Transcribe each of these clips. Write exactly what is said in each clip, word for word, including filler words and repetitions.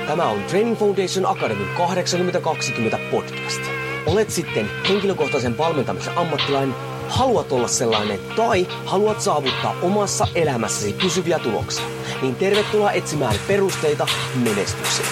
Tämä on Training Foundation Academy kahdeksankymmentä kaksikymmentä podcast. Olet sitten henkilökohtaisen valmentamisen ammattilainen, haluat olla sellainen tai haluat saavuttaa omassa elämässäsi pysyviä tuloksia, niin tervetuloa etsimään perusteita menestykseen.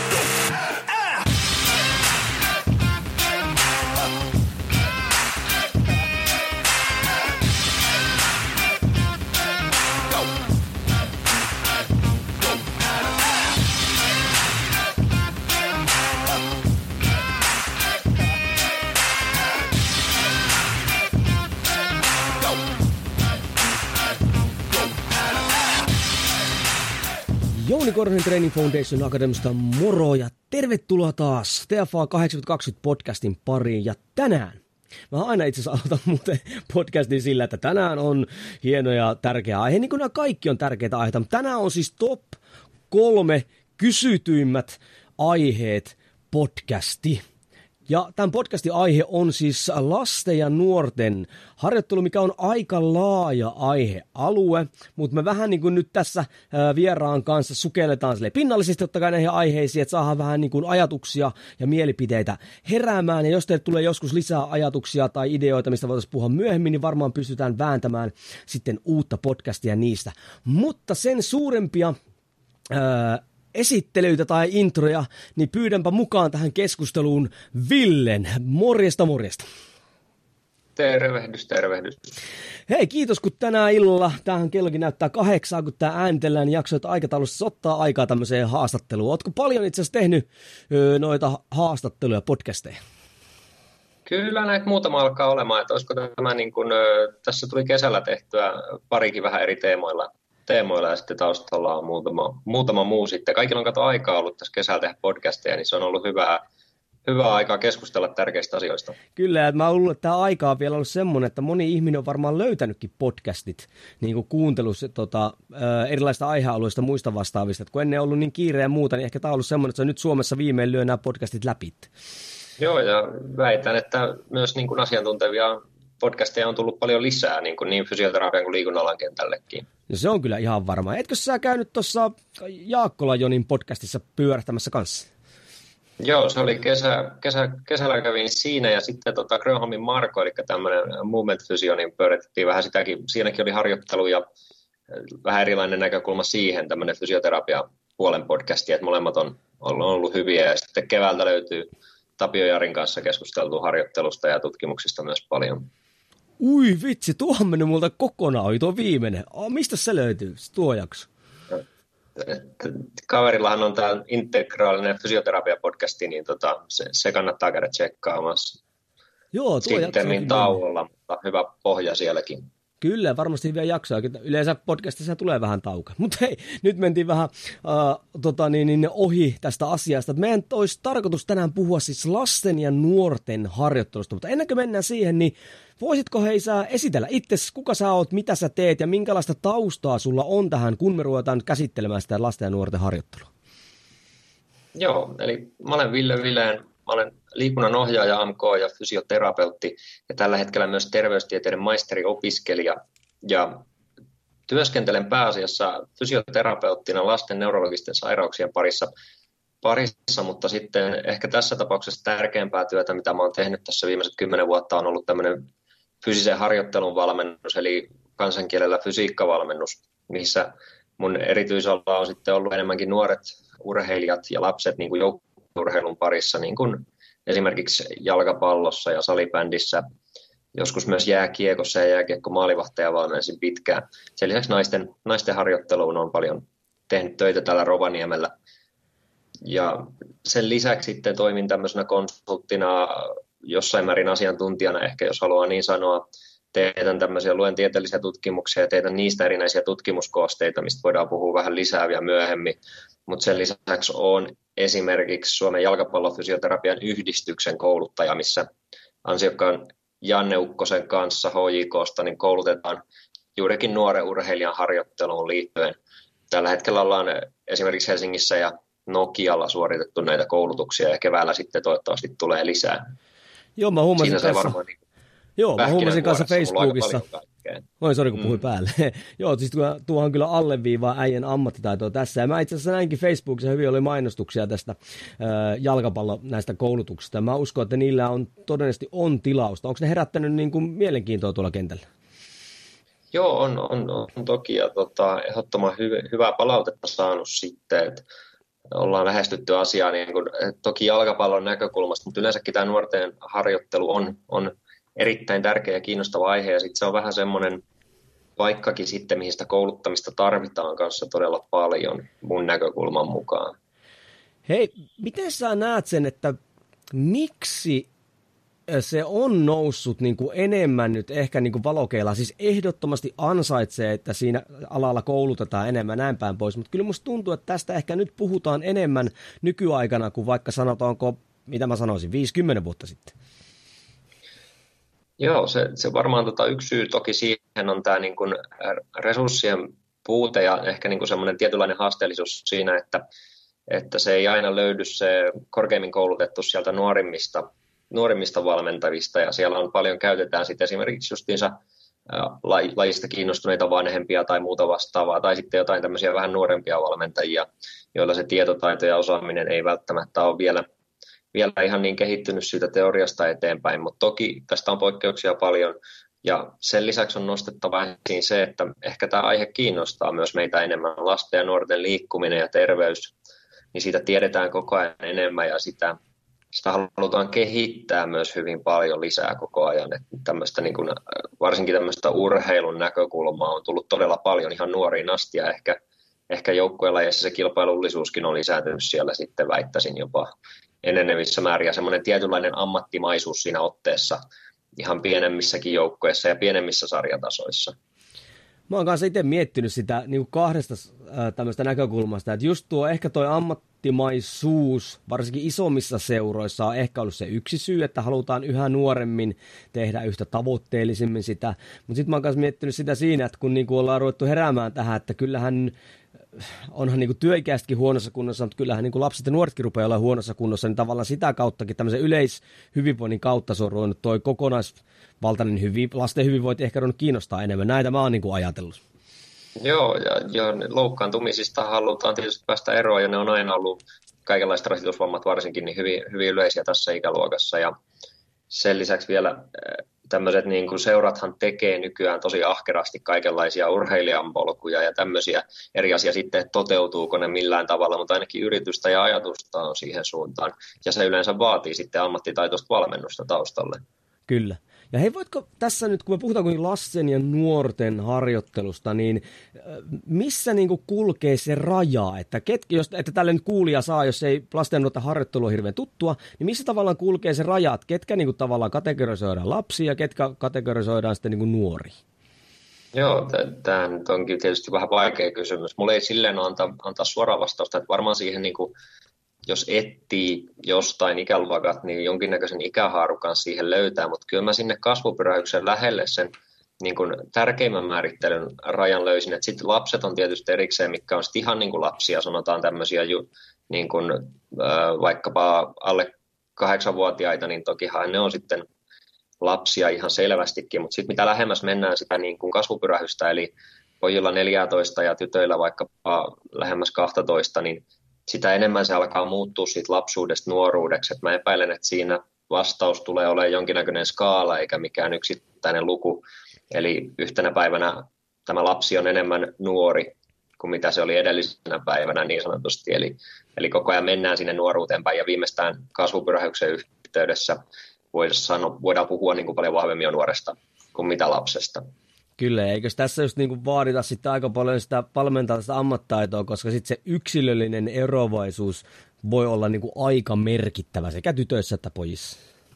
Jouni Korhonen Training Foundation Academista moro ja tervetuloa taas T F A kahdeksankymmentä kaksikymmentä podcastin pariin ja tänään. Mä aina itse asiassa aloitan muuten podcastin sillä, että tänään on hieno ja tärkeä aihe, niin kuin nämä kaikki on tärkeitä aiheita, mutta tänään on siis top kolme kysytyimmät aiheet podcasti. Ja tämän podcastin aihe on siis lasten ja nuorten harjoittelu, mikä on aika laaja aihealue, mutta me vähän niin kuin nyt tässä vieraan kanssa sukelletaan sille pinnallisesti totta kai näihin aiheisiin, että saadaan vähän niin kuin ajatuksia ja mielipiteitä heräämään. Ja jos teille tulee joskus lisää ajatuksia tai ideoita, mistä voitaisiin puhua myöhemmin, niin varmaan pystytään vääntämään sitten uutta podcastia niistä. Mutta sen suurempia Ää, esittelyitä tai introja, niin pyydänpä mukaan tähän keskusteluun Villen. Morjesta, morjesta. Tervehdys, tervehdys. Hei, kiitos kun tänään illalla, tämähän kellokin näyttää kahdeksaa, kun tämä äänitellään, niin jaksoit aikataulussa ottaa aikaa tämmöiseen haastatteluun. Ootko paljon itse asiassa tehnyt ö, noita haastatteluja, podcasteja? Kyllä näitä muutama alkaa olemaan, että olisiko tämä niin kuin, ö, tässä tuli kesällä tehtyä parikin vähän eri teemoilla. teemoilla ja sitten taustalla on muutama, muutama muu sitten. Kaikilla on kato aikaa ollut tässä kesällä tehdä podcasteja, niin se on ollut hyvää, hyvää aikaa keskustella tärkeistä asioista. Kyllä, ja mä luulen, että tämä aika on vielä ollut semmoinen, että moni ihminen on varmaan löytänytkin podcastit, niin kuin kuuntelussa tota, erilaisista aihealueista muista vastaavista. Että kun ennen on ollut niin kiire ja muuta, niin ehkä tämä on ollut semmoinen, että se on nyt Suomessa viimein lyö nämä podcastit läpi. Joo, ja väitän, että myös niin kuin asiantuntevia podcasteja on tullut paljon lisää niin, kuin niin fysioterapian kuin liikunnan kentällekin. Ja se on kyllä ihan varma. Etkö sä käynyt tuossa Jaakkola Jonin podcastissa pyörähtämässä kanssa? Joo, se oli kesä, kesä, kesällä kävin siinä ja sitten tota Grönholmin Marko, eli tämmöinen Movement Physio, niin pyöritettiin vähän sitäkin. Siinäkin oli harjoittelu ja vähän erilainen näkökulma siihen, tämmöinen fysioterapia puolen podcasti, että molemmat on ollut hyviä ja sitten keväältä löytyy Tapio Jarin kanssa keskusteltu harjoittelusta ja tutkimuksista myös paljon. Ui vitsi, tuo on mennyt multa kokonaan ohi, tuo viimeinen. Oh, mistä se löytyy, tuo jakso? Kaverillahan on tämä integraalinen fysioterapia-podcasti, niin tota, se, se kannattaa käydä tsekkaamassa. Joo, tuo Sittemmin tauolla, mutta hyvä pohja sielläkin. Kyllä, varmasti hyviä jaksoja. Yleensä podcastissa tulee vähän tauko. Mutta hei, nyt mentiin vähän äh, tota, niin, niin, ohi tästä asiasta. Meidän olisi tarkoitus tänään puhua siis lasten ja nuorten harjoittelusta. Mutta ennen kuin mennään siihen, niin voisitko hei sä esitellä itsesi, kuka sä oot, mitä sä teet ja minkälaista taustaa sulla on tähän, kun me ruvetaan käsittelemään sitä lasten ja nuorten harjoittelua? Joo, eli mä olen Ville Vileen. Mä olen liikunnan ohjaaja, M K ja fysioterapeutti ja tällä hetkellä myös terveystieteiden maisteriopiskelija ja työskentelen pääasiassa fysioterapeuttina lasten neurologisten sairauksien parissa, parissa, mutta sitten ehkä tässä tapauksessa tärkeämpää työtä, mitä mä oon tehnyt tässä viimeiset kymmenen vuotta, on ollut tämmöinen fyysisen harjoittelun valmennus, eli kansankielellä fysiikkavalmennus, missä mun erityisala on sitten ollut enemmänkin nuoret urheilijat ja lapset niin kuin joukkueurheilun parissa, niin kuin esimerkiksi jalkapallossa ja salibändissä, joskus myös jääkiekossa ja jääkiekko-maalivahtaja valmensin pitkään. Sen lisäksi naisten, naisten harjoitteluun on paljon tehnyt töitä täällä Rovaniemellä. Ja sen lisäksi sitten toimin tämmöisenä konsulttina, jossain määrin asiantuntijana ehkä, jos haluaa niin sanoa. Teetän tämmöisiä luen tieteellisiä tutkimuksia ja teetän niistä erinäisiä tutkimuskoosteita, mistä voidaan puhua vähän lisää vielä myöhemmin. Mutta sen lisäksi olen esimerkiksi Suomen jalkapallofysioterapian yhdistyksen kouluttaja, missä ansiokkaan Janne Ukkosen kanssa H J K:sta niin koulutetaan juurikin nuoren urheilijan harjoitteluun liittyen. Tällä hetkellä ollaan esimerkiksi Helsingissä ja Nokialla suoritettu näitä koulutuksia ja keväällä sitten toivottavasti tulee lisää. Joo, mä huomasin Siinä tässä, varmaan... Joo, mä huomasin kanssa Facebookissa. Oi, sori kun puhuin mm. päälle. Joo, siis tuohan kyllä alleviivaa äijän ammattitaitoa tässä. Ja mä itse asiassa näinkin Facebookissa hyvin oli mainostuksia tästä äh, jalkapallon näistä koulutuksista. Mä uskon, että niillä on todennäköisesti on tilausta. Onko ne herättänyt niin kuin mielenkiintoa tuolla kentällä? Joo, on, on, on toki. Ja tota, ehdottoman hy- hyvää palautetta saanut sitten, että ollaan lähestytty asiaa niin kuin, toki jalkapallon näkökulmasta, mutta yleensäkin tämä nuorten harjoittelu on, on erittäin tärkeä ja kiinnostava aihe, ja sitten se on vähän semmoinen paikkakin sitten, mihin sitä kouluttamista tarvitaan kanssa todella paljon mun näkökulman mukaan. Hei, miten sä näet sen, että miksi se on noussut niin kuin enemmän nyt ehkä niin kuin valokeilla, siis ehdottomasti ansaitsee, että siinä alalla koulutetaan enemmän näin päin pois, mutta kyllä musta tuntuu, että tästä ehkä nyt puhutaan enemmän nykyaikana kuin vaikka sanotaanko, mitä mä sanoisin, viisikymmentä vuotta sitten. Joo, se, se varmaan tota, yksi syy toki siihen on tämä niin kuin resurssien puute ja ehkä niin kuin semmoinen tietynlainen haasteellisuus siinä, että, että se ei aina löydy se korkeimmin koulutettu sieltä nuorimmista, nuorimmista valmentavista, ja siellä on paljon, käytetään sitten esimerkiksi justiinsa lajista kiinnostuneita vanhempia tai muuta vastaavaa, tai sitten jotain tämmöisiä vähän nuorempia valmentajia, joilla se tietotaito ja osaaminen ei välttämättä ole vielä vielä ihan niin kehittynyt siitä teoriasta eteenpäin, mutta toki tästä on poikkeuksia paljon, ja sen lisäksi on nostettava esiin se, että ehkä tämä aihe kiinnostaa myös meitä enemmän, lasten ja nuorten liikkuminen ja terveys, niin siitä tiedetään koko ajan enemmän, ja sitä, sitä halutaan kehittää myös hyvin paljon lisää koko ajan, että tämmöistä niin kuin, varsinkin tämmöistä urheilun näkökulmaa on tullut todella paljon ihan nuoriin asti, ja ehkä, ehkä joukkuelajeissa se kilpailullisuuskin on lisääntynyt siellä sitten, väittäisin jopa enenevissä määrin, ja semmoinen tietynlainen ammattimaisuus siinä otteessa ihan pienemmissäkin joukkoissa ja pienemmissä sarjatasoissa. Mä oon kanssa itse miettinyt sitä niin kuin kahdesta äh, tämmöistä näkökulmasta, että just tuo ehkä toi ammattimaisuus, varsinkin isommissa seuroissa on ehkä ollut se yksi syy, että halutaan yhä nuoremmin tehdä yhtä tavoitteellisemmin sitä, mutta sitten mä oon kanssa miettinyt sitä siinä, että kun niin kuin ollaan ruvettu heräämään tähän, että kyllähän onhan niin kuin työikäistäkin huonossa kunnossa, mutta kyllähän niin kuin lapset ja nuoretkin rupeaa olla huonossa kunnossa, niin tavallaan sitä kauttakin, tämmöisen yleishyvinvoinnin kautta se on ruvennut toi kokonaisvaltainen hyvin, lasten hyvinvointi ehkä ruvennut kiinnostaa enemmän. Näitä mä oon niin kuin ajatellut. Joo, ja, ja loukkaantumisista halutaan tietysti päästä eroon, ja ne on aina ollut kaikenlaiset rasitusvammat varsinkin niin hyvin, hyvin yleisiä tässä ikäluokassa, ja sen lisäksi vielä tämmöiset niin kuin seurathan tekee nykyään tosi ahkerasti kaikenlaisia urheilijanpolkuja ja tämmöisiä eri asia sitten, että toteutuuko ne millään tavalla, mutta ainakin yritystä ja ajatusta on siihen suuntaan. Ja se yleensä vaatii sitten ammattitaitoista valmennusta taustalle. Kyllä. Ja hei, voitko tässä nyt, kun me puhutaan lasten ja nuorten harjoittelusta, niin missä niin kuin kulkee se raja, että, ketkä, jos, että tälle nyt kuulija saa, jos ei lasten ja nuorten harjoittelu ole hirveän tuttua, niin missä tavallaan kulkee se raja, että ketkä niin kuin tavallaan kategorisoidaan lapsia ja ketkä kategorisoidaan sitten niin kuin nuoria? Joo, tämä nyt onkin tietysti vähän vaikea kysymys. Mulla ei silleen antaa, antaa suoraa vastausta, että varmaan siihen niin kuin jos etsii jostain ikäluokat, niin jonkinnäköisen ikähaarukan siihen löytää, mutta kyllä mä sinne kasvupyrähyksen lähelle sen niin kuin tärkeimmän määrittelyn rajan löysin, että sitten lapset on tietysti erikseen, mitkä on ihan niin kuin lapsia, sanotaan tämmöisiä niin kuin, äh, vaikkapa alle kahdeksanvuotiaita, niin tokihan ne on sitten lapsia ihan selvästikin, mutta sitten mitä lähemmäs mennään sitä niin kuin kasvupyrähystä, eli pojilla neljätoista ja tytöillä vaikkapa lähemmäs kaksitoista, niin sitä enemmän se alkaa muuttua siitä lapsuudesta nuoruudeksi. Et mä epäilen, että siinä vastaus tulee olemaan jonkinnäköinen skaala eikä mikään yksittäinen luku. Eli yhtenä päivänä tämä lapsi on enemmän nuori kuin mitä se oli edellisenä päivänä niin sanotusti. Eli, eli koko ajan mennään sinne nuoruuteen päin ja viimeistään kasvupyrähyksen yhteydessä voidaan, sanoa, voidaan puhua niin kuin paljon vahvemmin jo nuoresta kuin mitä lapsesta. Kyllä, eikö tässä just niin vaadita sitten aika paljon sitä valmentajasta ammattitaitoa, koska sitten se yksilöllinen eroavaisuus voi olla niin kuin aika merkittävä sekä tytöissä että pojissa.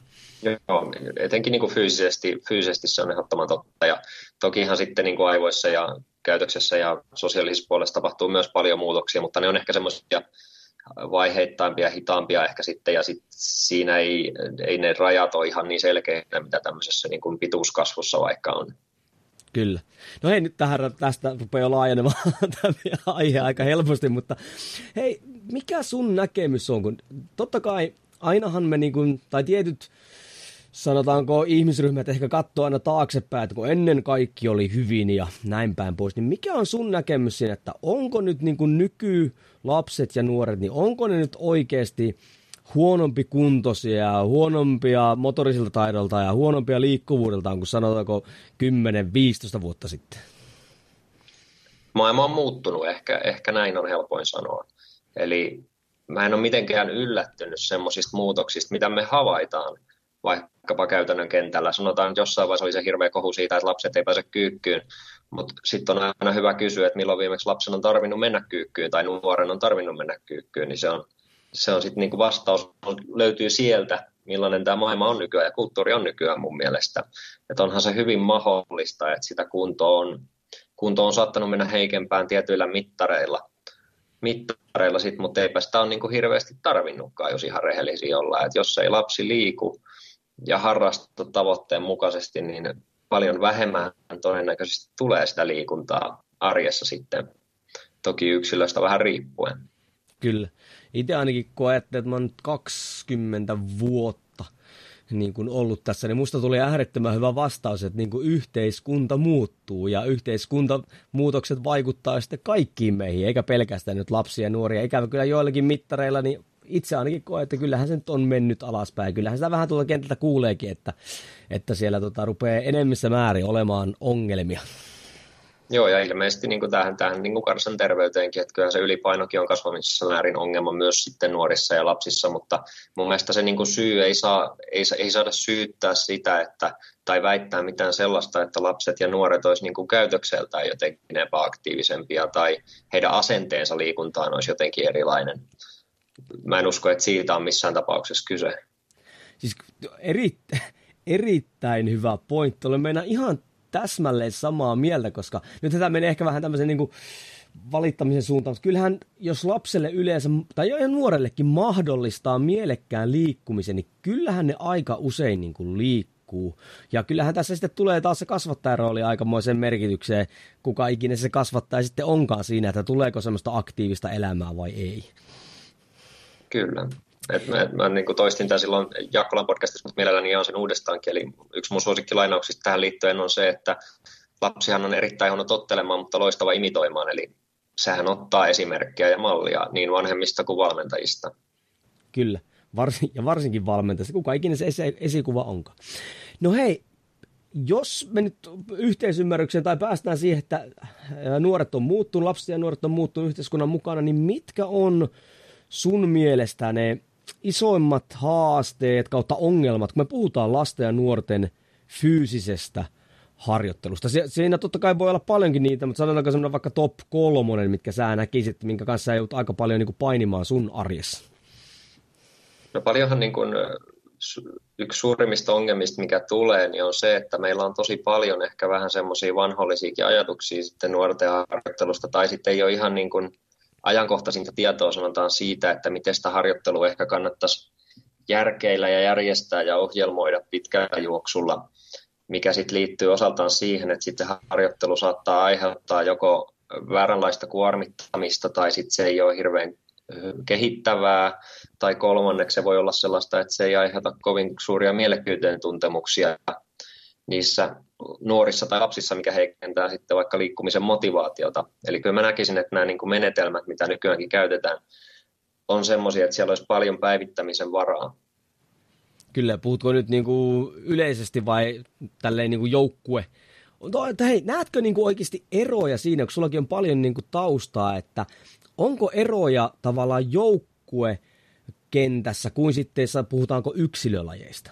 Joo, etenkin niin kuin fyysisesti, fyysisesti se on ehdottoman totta. Ja tokihan sitten niin kuin aivoissa ja käytöksessä ja sosiaalisessa puolessa tapahtuu myös paljon muutoksia, mutta ne on ehkä semmoisia vaiheittaimpia, hitaampia ehkä sitten, ja sit siinä ei, ei ne rajat ole ihan niin selkeitä, mitä tämmöisessä niin kuin pituuskasvussa vaikka on. Kyllä. No hei, nyt tähän, tästä rupeaa laajenemaan tämä aihe aika helposti, mutta hei, mikä sun näkemys on? Kun totta kai ainahan me, niin kuin, tai tietyt sanotaanko ihmisryhmät ehkä katsoo aina taaksepäin, että kun ennen kaikki oli hyvin ja näin päin pois, niin mikä on sun näkemys siinä, että onko nyt niin kuin nykylapset ja nuoret, niin onko ne nyt oikeasti huonompi kuntoisia, huonompia motorisilta taidolta ja huonompia liikkuvuudeltaan kuin sanotaanko kymmenen viisitoista vuotta sitten? Maailma on muuttunut, ehkä, ehkä näin on helpoin sanoa. Eli mä en ole mitenkään yllättynyt semmoisista muutoksista, mitä me havaitaan vaikkapa käytännön kentällä. Sanotaan, että jossain vaiheessa oli se hirveä kohu siitä, että lapset ei pääse kyykkyyn, mutta sitten on aina hyvä kysyä, että milloin viimeksi lapsen on tarvinnut mennä kyykkyyn tai nuoren on tarvinnut mennä kyykkyyn, niin se on, se on sitten niinku vastaus löytyy sieltä, millainen tämä maailma on nykyään ja kulttuuri on nykyään mun mielestä. Että onhan se hyvin mahdollista, että sitä kunto on, kunto on saattanut mennä heikempään tietyillä mittareilla, mittareilla sit, mutta eipä sitä ole niinku hirveästi tarvinnutkaan, jos ihan rehellisiä ollaan. Että jos ei lapsi liiku ja harrasta tavoitteen mukaisesti, niin paljon vähemmän todennäköisesti tulee sitä liikuntaa arjessa sitten, toki yksilöstä vähän riippuen. Kyllä. Itse ainakin kun ajattelin, että mä oon nyt kaksikymmentä vuotta niin kun ollut tässä, niin musta tuli äärettömän hyvä vastaus, että niin kun yhteiskunta muuttuu ja yhteiskuntamuutokset vaikuttaa sitten kaikkiin meihin, eikä pelkästään nyt lapsia ja nuoria. Ikävä kyllä joillakin mittareilla, niin itse ainakin koen, että kyllähän se nyt on mennyt alaspäin. Kyllähän sitä vähän tuolta kentältä kuuleekin, että, että siellä tota, rupeaa enemmissä määrin olemaan ongelmia. Joo, ja ilmeisesti niin kuin tähän, tähän niin kuin kansanterveyteenkin, että kyllähän se ylipainokin on kasvamissa määrin ongelma myös sitten nuorissa ja lapsissa, mutta mun mielestä se niin kuin syy ei, saa, ei, ei saada syyttää sitä, että, tai väittää mitään sellaista, että lapset ja nuoret olisi niin kuin käytökseltään jotenkin epäaktiivisempia tai heidän asenteensa liikuntaan olisi jotenkin erilainen. Mä en usko, että siitä on missään tapauksessa kyse. Siis eri, erittäin hyvä pointti. Olen meinaan ihan täsmälleen samaa mieltä, koska nyt tämä menee ehkä vähän tämmöisen niin kuin valittamisen suuntaan, mutta kyllähän jos lapselle yleensä, tai jo nuorellekin mahdollistaa mielekkään liikkumisen, niin kyllähän ne aika usein niin kuin liikkuu. Ja kyllähän tässä sitten tulee taas se kasvattajan rooli aikamoiseen merkitykseen, kuka ikinä se kasvattaja sitten onkaan siinä, että tuleeko semmoista aktiivista elämää vai ei. Kyllä. Et mä, mä niin kuin toistin tämän silloin Jaakkolan podcastissa, mutta mielelläni jaan sen uudestaankin. Eli yksi mun suosikkilainauksista tähän liittyen on se, että lapsihan on erittäin huono tottelemaan, mutta loistava imitoimaan. Eli sehän ottaa esimerkkiä ja mallia niin vanhemmista kuin valmentajista. Kyllä, Varsin, ja varsinkin valmentajista, kuka ikinä se esi- esikuva onkaan. No hei, jos me nyt yhteisymmärrykseen tai päästään siihen, että nuoret on muuttunut, lapset ja nuoret on muuttunut yhteiskunnan mukana, niin mitkä on sun mielestä ne isoimmat haasteet kautta ongelmat, kun me puhutaan lasten ja nuorten fyysisestä harjoittelusta? Se, siinä totta kai voi olla paljonkin niitä, mutta sanotaanko semmoinen vaikka top kolmonen, mitkä sä näkisit, minkä kanssa joudut aika paljon niin kuin painimaan sun arjessa? No paljonhan niin kuin, yksi suurimmista ongelmista, mikä tulee, niin on se, että meillä on tosi paljon ehkä vähän semmoisia vanhollisiakin ajatuksia sitten nuorten harjoittelusta, tai sitten ei ole ihan niin kuin ajankohtaisinta tietoa sanotaan siitä, että miten sitä harjoittelua ehkä kannattaisi järkeillä ja järjestää ja ohjelmoida pitkällä juoksulla, mikä sitten liittyy osaltaan siihen, että sitten harjoittelu saattaa aiheuttaa joko vääränlaista kuormittamista tai sitten se ei ole hirveän kehittävää, tai kolmanneksi se voi olla sellaista, että se ei aiheuta kovin suuria mielekkyyden tuntemuksia niissä nuorissa tai lapsissa, mikä heikentää sitten vaikka liikkumisen motivaatiota. Eli kyllä mä näkisin, että nämä niin kuin menetelmät, mitä nykyäänkin käytetään, on semmoisia, että siellä olisi paljon päivittämisen varaa. Kyllä, puhutko nyt niin kuin yleisesti vai tälleen niin kuin joukkue? Hei, näetkö niin kuin oikeasti eroja siinä, kun sullakin on paljon niin kuin taustaa, että onko eroja tavallaan joukkuekentässä kuin sitten puhutaanko yksilölajeista?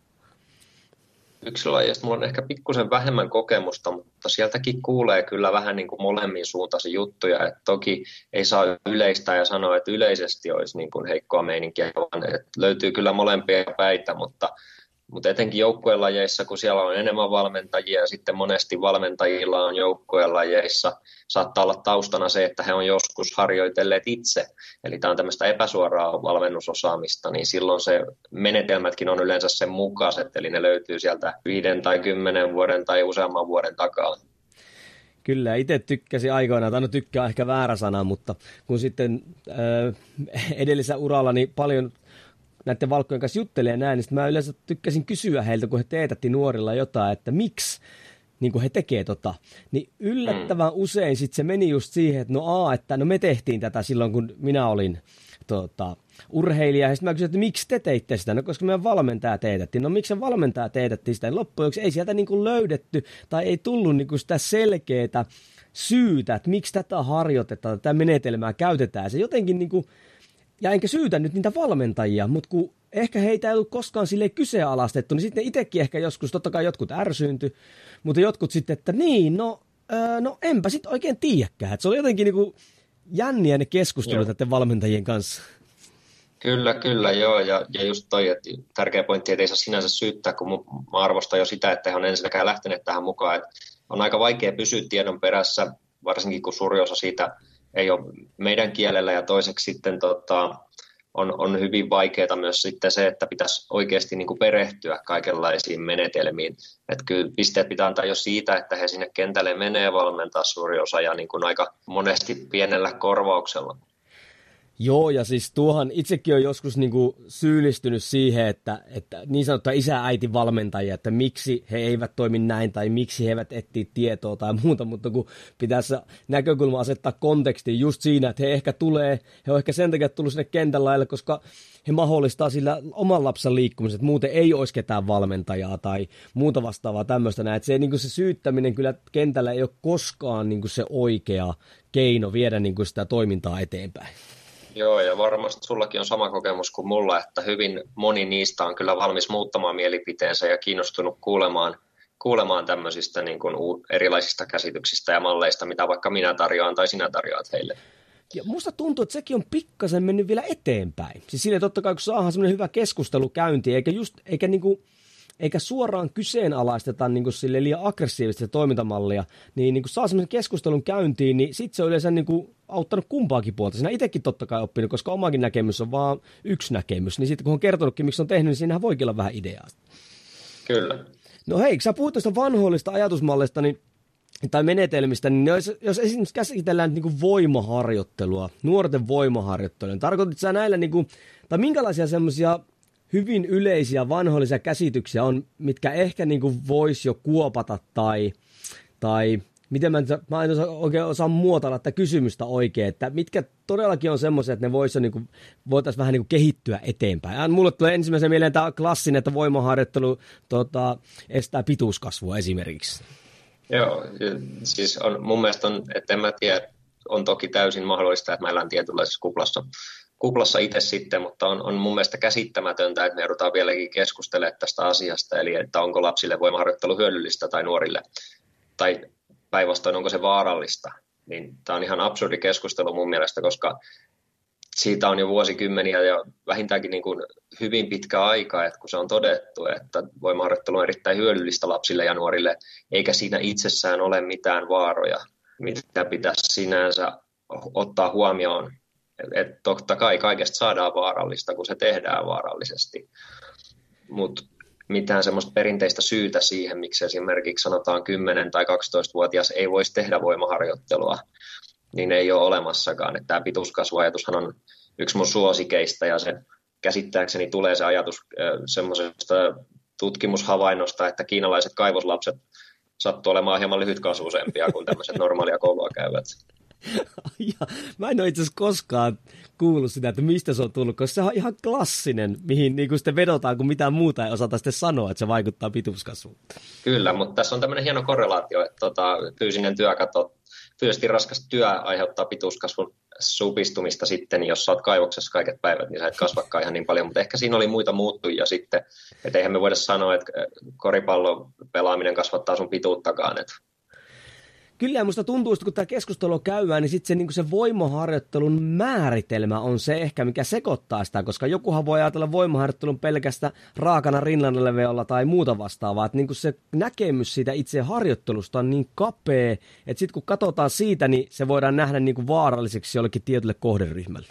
Yksilölajeista mulla on ehkä pikkusen vähemmän kokemusta, mutta sieltäkin kuulee kyllä vähän niin kuin molemmin suuntaisia juttuja. Että toki ei saa yleistää ja sanoa, että yleisesti olisi niin kuin heikkoa meininkiä, vaan että löytyy kyllä molempia päitä, mutta, mutta etenkin joukkuelajeissa, kun siellä on enemmän valmentajia ja sitten monesti valmentajilla on joukkuelajeissa, saattaa olla taustana se, että he on joskus harjoitelleet itse. Eli tämä on tämmöistä epäsuoraa valmennusosaamista, niin silloin se menetelmätkin on yleensä sen mukaiset, eli ne löytyy sieltä viiden tai kymmenen vuoden tai useamman vuoden takaa. Kyllä, itse tykkäsin aikoinaan, tai no tykkää ehkä väärä sana, mutta kun sitten äh, edellisellä uralla niin paljon näiden valkkojen kanssa juttelee näin, niin mä yleensä tykkäsin kysyä heiltä, kun he teetätti nuorilla jotain, että miksi niin kuin he tekee tota, niin yllättävän usein sitten se meni just siihen, että no a, että no me tehtiin tätä silloin, kun minä olin tota, urheilija, ja sitten mä kysyin, että miksi te teitte sitä, no koska meidän valmentaja teetättiin, no miksi se valmentaja teetättiin sitä, niin loppujen ei sieltä niin kuin löydetty, tai ei tullut niin kuin sitä selkeää syytä, että miksi tätä harjoitetaan, tätä menetelmää käytetään, se jotenkin niin kuin, ja enkä syytä nyt niitä valmentajia, mutta kun ehkä heitä ei ollut koskaan silleen kyseenalaistettu, niin sitten itsekin ehkä joskus, totta kai jotkut ärsyyntyi, mutta jotkut sitten, että niin, no, öö, no enpä sitten oikein tiedäkään. Että se oli jotenkin niinku jänniä ne keskustelut näiden valmentajien kanssa. Kyllä, kyllä, joo, ja, ja just toi, että tärkeä pointti, että ei saa sinänsä syyttää, kun mä arvostan jo sitä, että he on ensinnäkään lähteneet tähän mukaan. Että on aika vaikea pysyä tiedon perässä, varsinkin kun suuri osa siitä ei ole meidän kielellä, ja toiseksi sitten tota, on, on hyvin vaikeaa myös sitten se, että pitäisi oikeasti niin kuin perehtyä kaikenlaisiin menetelmiin. Että kyllä pisteet pitää antaa jo siitä, että he sinne kentälle menee valmentaa suuri osa ja niin kuin aika monesti pienellä korvauksella. Joo, ja siis tuohan itsekin on joskus niinku syyllistynyt siihen, että, että niin sanottua isä-äiti valmentajia, että miksi he eivät toimi näin tai miksi he eivät etsiä tietoa tai muuta, mutta kun pitäisi näkökulma asettaa kontekstiin just siinä, että he ehkä tulee, he on ehkä sen takia tullut sinne kentän laille, koska he mahdollistaa sillä oman lapsen liikkumisen, että muuten ei olisi ketään valmentajaa tai muuta vastaavaa tämmöistä näin. Että se, niin kuin se syyttäminen kyllä kentällä ei ole koskaan niin kuin se oikea keino viedä niin kuin sitä toimintaa eteenpäin. Joo, ja varmasti sullakin on sama kokemus kuin mulla, että hyvin moni niistä on kyllä valmis muuttamaan mielipiteensä ja kiinnostunut kuulemaan, kuulemaan tämmöisistä niin kuin erilaisista käsityksistä ja malleista, mitä vaikka minä tarjoan tai sinä tarjoat heille. Ja musta tuntuu, että sekin on pikkasen mennyt vielä eteenpäin. Siis silleen totta kai, kun saadaan semmoinen hyvä keskustelu käyntiin, eikä, just, eikä, niinku, eikä suoraan kyseenalaisteta niinku sille liian aggressiivista toimintamallia, niin niinku saa semmoisen keskustelun käyntiin, niin sit se on yleensä niinku auttanut kumpaakin puolta. Siinä itsekin totta kai oppinut, koska omakin näkemys on vaan yksi näkemys. Niin sitten kun on kertonutkin, miksi on tehnyt, niin siinähän voikin olla vähän ideaa. Kyllä. No hei, kun sä puhut tuosta vanhoillista ajatusmallista niin, tai menetelmistä, niin jos, jos esimerkiksi käsitellään niin kuin voimaharjoittelua, nuorten voimaharjoittelua, niin tarkoitatko sä näillä, niin kuin, tai minkälaisia semmoisia hyvin yleisiä vanhoillisia käsityksiä on, mitkä ehkä niin kuin voisi jo kuopata tai, tai miten mä, mä en osaa, oikein osaa muotoilla tätä kysymystä oikein, että mitkä todellakin on semmoisia, että ne vois niin kuin, voitaisiin vähän niin kuin kehittyä eteenpäin. Ja mulle tulee ensimmäisen mieleen tämä klassinen, että voimaharjoittelu tota, estää pituuskasvua esimerkiksi. Joo, siis on, mun mielestä on, että en mä tiedä, on toki täysin mahdollista, että mä elän tietynlaisessa kuplassa, kuplassa itse sitten, mutta on, on mun mielestä käsittämätöntä, että me joudutaan vieläkin keskustelemaan tästä asiasta, eli että onko lapsille voimaharjoittelu hyödyllistä tai nuorille, tai päinvastoin onko se vaarallista. Niin tämä on ihan absurdi keskustelu mun mielestä, koska siitä on jo vuosikymmeniä ja vähintäänkin niin kuin hyvin pitkä aika, että kun se on todettu, että voimaharjoittelu on erittäin hyödyllistä lapsille ja nuorille, eikä siinä itsessään ole mitään vaaroja, mitä pitäisi sinänsä ottaa huomioon. Että totta kai kaikesta saadaan vaarallista, kun se tehdään vaarallisesti, mutta mitään semmoista perinteistä syytä siihen, miksi esimerkiksi sanotaan kymmenen- tai kaksitoistavuotias ei voisi tehdä voimaharjoittelua, niin ei ole olemassakaan. Että tämä pituuskasvuajatushan on yksi mun suosikeista, ja se käsittääkseni tulee se ajatus semmoisesta tutkimushavainnosta, että kiinalaiset kaivoslapset sattuu olemaan hieman lyhytkasvuisempia kuin tämmöiset normaalia koulua käyvät. Ja, mä en ole itse asiassa koskaan kuullut sitä, että mistä se on tullut, koska se on ihan klassinen, mihin niin sitten vedotaan, kun mitään muuta ei osata sitten sanoa, että se vaikuttaa pituuskasvuun. Kyllä, mutta tässä on tämmöinen hieno korrelaatio, että tota, fyysinen työ, kato, fyysisesti raskas työ aiheuttaa pituuskasvun supistumista sitten, jos sä oot kaivoksessa kaiket päivät, niin sä et kasvakaan ihan niin paljon, mutta ehkä siinä oli muita muuttujia sitten, että eihän me voida sanoa, että koripallon pelaaminen kasvattaa sun pituuttakaan, että Kyllä, ja musta tuntuu, että kun tämä keskustelu käydään, niin sitten se, niin se voimaharjoittelun määritelmä on se ehkä, mikä sekoittaa sitä, koska jokuhan voi ajatella voimaharjoittelun pelkästä raakana rinnanleveolla tai muuta vastaavaa, että niin se näkemys siitä itse harjoittelusta on niin kapea, että sitten kun katsotaan siitä, niin se voidaan nähdä niin vaaralliseksi jollekin tietylle kohderyhmälle.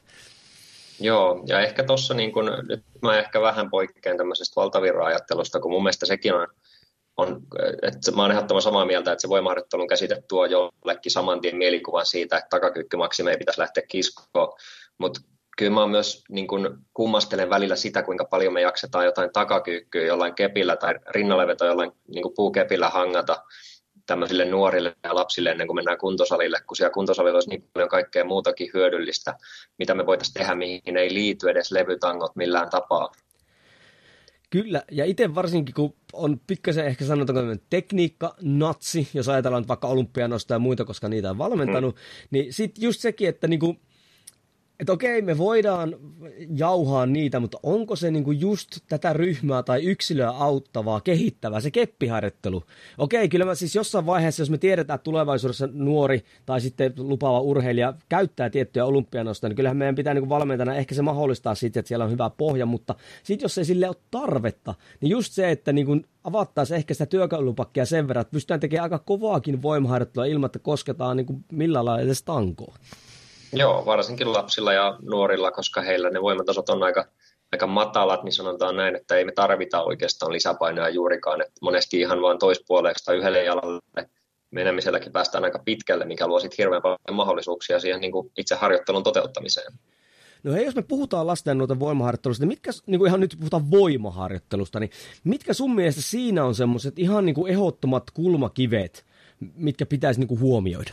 Joo, ja ehkä tuossa niin kun, nyt mä ehkä vähän poikkean tämmöisestä valtavirra-ajattelusta, kun mun mielestä sekin on On, että mä oon ehdottoman samaa mieltä, että se voimaharjoittelun käsite tuo jollekin saman tien mielikuvan siitä, että takakyykkymaksimi ei pitäisi lähteä kiskoon, mutta kyllä mä myös niin kun kummastelen välillä sitä, kuinka paljon me jaksetaan jotain takakyykkyä jollain kepillä tai rinnalleveto jollain niin kuin puukepillä hangata tämmöisille nuorille ja lapsille ennen kuin mennään kuntosalille, kun siellä kuntosalilla olisi niin paljon kaikkea muutakin hyödyllistä, mitä me voitaisiin tehdä, mihin ei liity edes levytangot millään tapaa. Kyllä, ja itse varsinkin, kun on pikkasen ehkä sanotaanko tekniikka, natsi, jos ajatellaan nyt vaikka olympianosta ja muita, koska niitä on valmentanut, mm. niin sitten just sekin, että niinku, että okei, me voidaan jauhaa niitä, mutta onko se niinku just tätä ryhmää tai yksilöä auttavaa, kehittävää, se keppiharjoittelu? Okei, kyllä mä siis jossain vaiheessa, jos me tiedetään, että tulevaisuudessa nuori tai sitten lupaava urheilija käyttää tiettyjä olympianosta, niin kyllähän meidän pitää niinku valmentajana ehkä se mahdollistaa siitä, että siellä on hyvä pohja, mutta sitten jos ei sille ole tarvetta, niin just se, että niinku avattaisiin ehkä sitä työkalupakkia sen verran, että pystytään tekemään aika kovaakin voimaharjoittelua ilman, että kosketaan niinku millään lailla edes tankoon. Joo, varsinkin lapsilla ja nuorilla, koska heillä ne voimatasot on aika, aika matalat, niin sanotaan näin, että ei me tarvita oikeastaan lisäpainoja juurikaan. Että monesti ihan vain toispuoleeksi tai yhdelle jalalle menemiselläkin päästään aika pitkälle, mikä luo sitten hirveän paljon mahdollisuuksia siihen niin kuin itse harjoittelun toteuttamiseen. No hei, jos me puhutaan lasten nuorten voimaharjoittelusta, niin mitkä, niin kuin ihan nyt puhutaan voimaharjoittelusta, niin mitkä sun mielestä siinä on semmoiset ihan niin kuin ehdottomat kulmakivet, mitkä pitäisi niin kuin huomioida?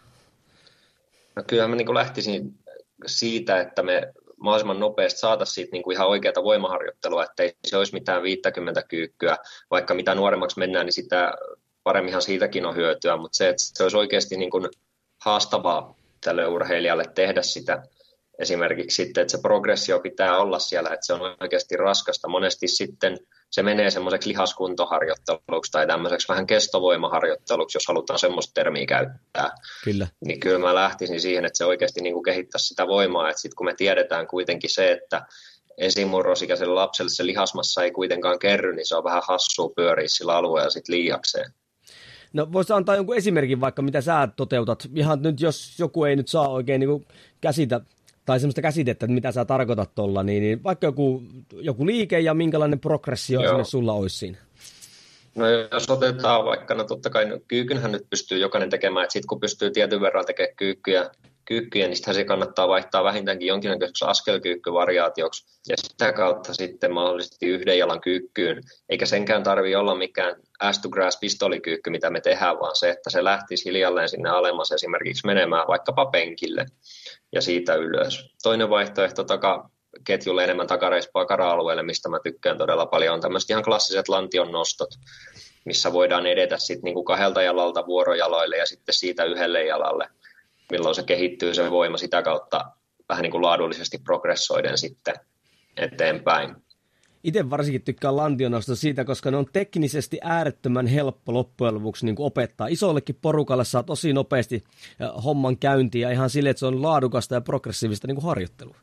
No kyllä mä niin kuin lähtisin siitä, että me mahdollisimman nopeasti saataisiin siitä niin kuin ihan oikeaa voimaharjoittelua, ettei se olisi mitään viittäkymmentä kyykkyä, vaikka mitä nuoremmaksi mennään, niin sitä paremminhan siitäkin on hyötyä, mutta se, että se olisi oikeasti niin kuin haastavaa tälle urheilijalle tehdä sitä. Esimerkiksi sitten, että se progressio pitää olla siellä, että se on oikeasti raskasta. Monesti sitten se menee semmoiseksi lihaskuntoharjoitteluksi tai tämmöiseksi vähän kestovoimaharjoitteluksi, jos halutaan semmoista termiä käyttää. Kyllä. Niin kyllä mä lähtisin siihen, että se oikeasti niin kuin kehittäisi sitä voimaa. Että sitten kun me tiedetään kuitenkin se, että esimurrosikäiselle lapselle se lihasmassa ei kuitenkaan kerry, niin se on vähän hassua pyöriä sillä alueella sitten liiakseen. No voisi antaa jonkun esimerkin vaikka, mitä sä toteutat. Ihan nyt, jos joku ei nyt saa oikein niin kuin käsitä, tai semmoista käsitettä, että mitä sä tarkoitat tuolla, niin, niin vaikka joku, joku liike ja minkälainen progressio esimerkiksi sulla olisi siinä? No jos otetaan vaikka, no totta kai no, kyykynhän nyt pystyy jokainen tekemään, että sitten kun pystyy tietyn verran tekemään kyykkyjä, kyykkyjä, niin sittenhän se kannattaa vaihtaa vähintäänkin jonkinnäköiseksi askelkyykkyvariaatioksi ja sitä kautta sitten mahdollisesti yhden jalan kyykkyyn, eikä senkään tarvitse olla mikään ass to grass pistolikyykky, mitä me tehdään, vaan se, että se lähtisi hiljalleen sinne alemmas esimerkiksi menemään vaikkapa penkille ja siitä ylös. Toinen vaihtoehto takaketjulle enemmän takareispakara-alueelle, mistä mä tykkään todella paljon, on tämmöiset ihan klassiset lantion nostot, missä voidaan edetä sitten niinku kahdelta jalalta vuorojaloille ja sitten siitä yhdelle jalalle, milloin se kehittyy se voima sitä kautta vähän niin kuin laadullisesti progressoiden sitten eteenpäin. Itse varsinkin tykkään lantionosta siitä, koska ne on teknisesti äärettömän helppo loppujen lopuksi niin kuin opettaa. Isollekin porukalle saa tosi nopeasti homman käyntiin ja ihan sille, että se on laadukasta ja progressiivista niin kuin harjoittelua.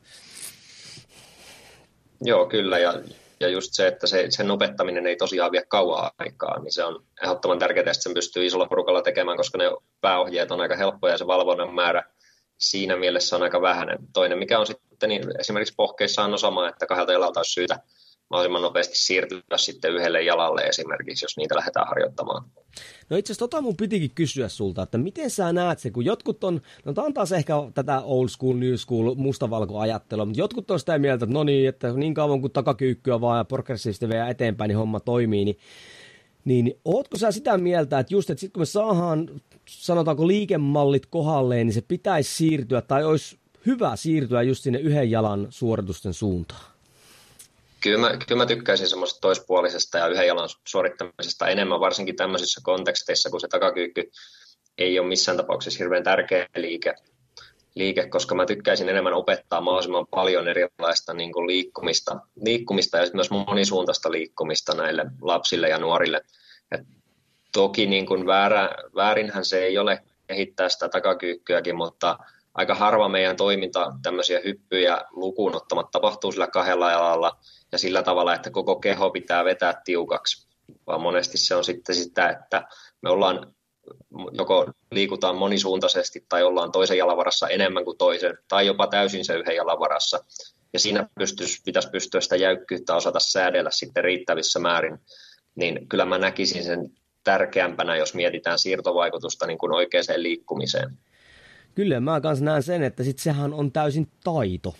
Joo, kyllä. Ja, ja just se, että se, sen opettaminen ei tosiaan vie kauan aikaa, niin se on ehdottoman tärkeää, että sen pystyy isolla porukalla tekemään, koska ne pääohjeet on aika helppoja ja se valvonnan määrä siinä mielessä on aika vähäinen. Toinen, mikä on sitten, niin esimerkiksi pohkeissa on sama, että kahdelta jalalta olisi syytä mahdollisimman nopeasti siirtyä sitten yhdelle jalalle esimerkiksi, jos niitä lähdetään harjoittamaan. No itse asiassa tota mun pitikin kysyä sulta, että miten sä näet se, kun jotkut on, no tää on taas ehkä tätä old school, new school, mustavalko-ajattelua, mutta jotkut on sitä mieltä, että no niin, että niin kauan kuin takakyykkyä vaan ja progressiivisesti vielä eteenpäin, niin homma toimii, niin, niin, niin ootko sä sitä mieltä, että just, että sit kun me saadaan, sanotaanko liikemallit kohdalleen, niin se pitäisi siirtyä, tai olisi hyvä siirtyä just sinne yhden jalan suoritusten suuntaan? Kyllä mä, kyllä mä tykkäisin semmoista toispuolisesta ja yhden jalan suorittamisesta enemmän, varsinkin tämmöisissä konteksteissa, kun se takakyykky ei ole missään tapauksessa hirveän tärkeä liike, liike koska mä tykkäisin enemmän opettaa mahdollisimman paljon erilaista niin kuin liikkumista, liikkumista ja myös monisuuntaista liikkumista näille lapsille ja nuorille. Et toki niin kuin väärä, väärinhän se ei ole kehittää sitä takakyykkyäkin, mutta aika harva meidän toiminta tämmöisiä hyppyjä lukuun ottamatta tapahtuu sillä kahdella jalalla ja sillä tavalla, että koko keho pitää vetää tiukaksi, vaan monesti se on sitten sitä, että me ollaan joko liikutaan monisuuntaisesti tai ollaan toisen jalan varassa enemmän kuin toisen tai jopa täysin se yhden jalan varassa. Ja siinä pystyisi, pitäisi pystyä sitä jäykkyyttä osata säädellä sitten riittävissä määrin, niin kyllä mä näkisin sen tärkeämpänä, jos mietitään siirtovaikutusta niin kuin oikeaan liikkumiseen. Kyllä, mä kanssa näen sen, että sit sehän on täysin taito.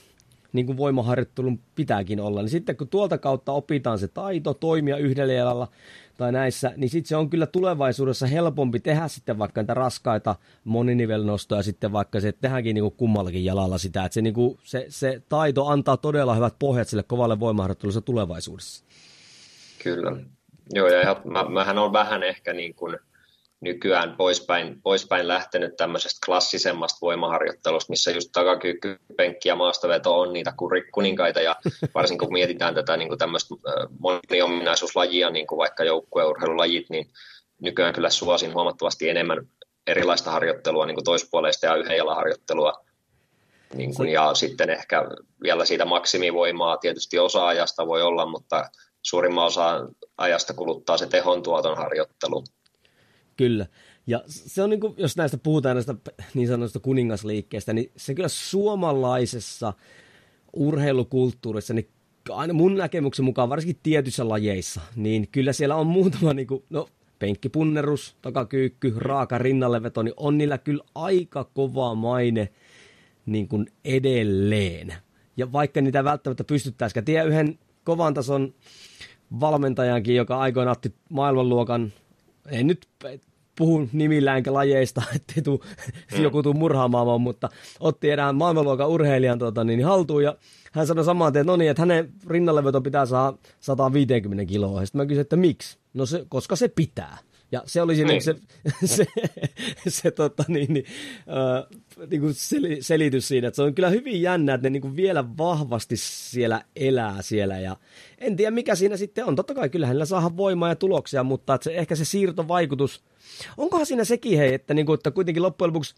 niin kuin voimaharjoittelun pitääkin olla. Niin sitten kun tuolta kautta opitaan se taito toimia yhdellä jalalla tai näissä, niin sitten se on kyllä tulevaisuudessa helpompi tehdä sitten vaikka niitä raskaita moninivelnostoja sitten vaikka se tehdäänkin niin kuin kummallakin jalalla sitä, että se, niin kuin, se, se taito antaa todella hyvät pohjat sille kovalle voimaharjoittelussa tulevaisuudessa. Kyllä. Joo, ja mä, mähän on vähän ehkä niin kuin nykyään poispäin, poispäin lähtenyt tämmöisestä klassisemmasta voimaharjoittelusta, missä just takakyykky, penkki ja maastoveto on niitä kuninkaita, ja varsinkin kun mietitään tätä niin kuin tämmöistä moniominaisuuslajia, niin kuin vaikka joukkueurheilulajit, niin nykyään kyllä suosin huomattavasti enemmän erilaista harjoittelua, niin kuin toispuoleista ja yhden jalan harjoittelua, niin kuin, ja sitten ehkä vielä siitä maksimivoimaa tietysti osa ajasta voi olla, mutta suurimman osa ajasta kuluttaa se tehontuoton harjoittelu. Kyllä. Ja se on niin kuin, jos näistä puhutaan näistä niin sanotusta kuningasliikkeestä, niin se kyllä suomalaisessa urheilukulttuurissa, niin aina mun näkemyksen mukaan, varsinkin tietyissä lajeissa, niin kyllä siellä on muutama, niin kuin, no penkkipunnerus, takakyykky, raaka rinnalleveto, niin on niillä kyllä aika kova maine niin kuin edelleen. Ja vaikka niitä välttämättä pystyttäisikään, tiedä yhden kovan tason valmentajankin, joka aikoinaan otti maailmanluokan, en nyt puhu nimillä enkä lajeista, ettei tuu, mm. joku tuu murhaamaan, mutta otti erään maailmanluokan urheilijan tuota, niin haltuun ja hän sanoi samaan, että no niin, että hänen rinnalleveto pitää saada sata viisikymmentä kiloa. Ja sitten mä kysyin, että miksi? No se, koska se pitää. Ja se oli siinä mm. se, se, se tota, niin, niin, äh, niin kuin sel, selitys siinä, että se on kyllä hyvin jännä, että ne niin kuin vielä vahvasti siellä elää siellä. Ja en tiedä, mikä siinä sitten on. Totta kai kyllähän niillä saadaan voimaa ja tuloksia, mutta että se, ehkä se siirtovaikutus, onkohan siinä sekin hei, että, niin kuin, että kuitenkin loppujen lopuksi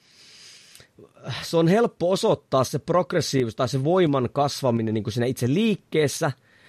se on helppo osoittaa se progressiivisuus tai se voiman kasvaminen niin kuin siinä itse liikkeessä,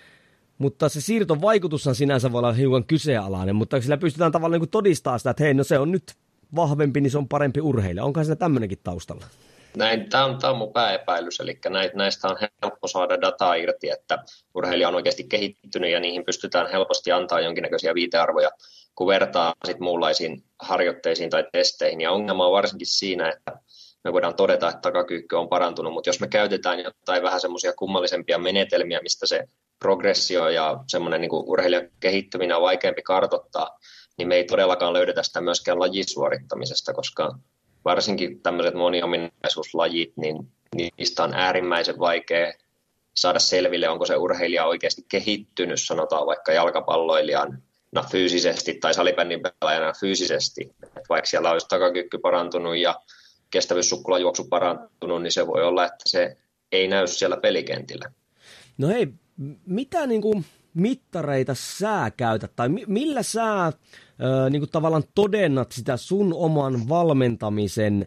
mutta se siirtovaikutushan sinänsä voi olla hiukan kyseenalainen, mutta sillä pystytään tavallaan niin kuin todistamaan sitä, että hei, no se on nyt vahvempi, niin se on parempi urheilija. Onkohan siinä tämmöinenkin taustalla? Näin, tämä on, tämä on mun pääepäilys, eli näistä on helppo saada dataa irti, että urheilija on oikeasti kehittynyt ja niihin pystytään helposti antaa jonkinnäköisiä viitearvoja, kun vertaa sit muunlaisiin harjoitteisiin tai testeihin. Ja ongelma on varsinkin siinä, että me voidaan todeta, että takakyykky on parantunut, mutta jos me käytetään jotain vähän semmoisia kummallisempia menetelmiä, mistä se progressio ja semmoinen niin kuin urheilijan kehittyminen on vaikeampi kartoittaa, niin me ei todellakaan löydetä sitä myöskään lajisuorittamisesta, koska varsinkin tämmöiset moniominaisuuslajit, niin niistä on äärimmäisen vaikea saada selville, onko se urheilija oikeasti kehittynyt, sanotaan vaikka jalkapalloilijana fyysisesti tai salibändin pelaajana fyysisesti. Että vaikka siellä olisi takakyykky parantunut ja kestävyyssukulajuoksu parantunut, niin se voi olla, että se ei näy siellä pelikentillä. No hei, mitä niin kuin mittareita sä käytät, tai mi- millä sä ö, niin kuin tavallaan todennat sitä sun oman valmentamisen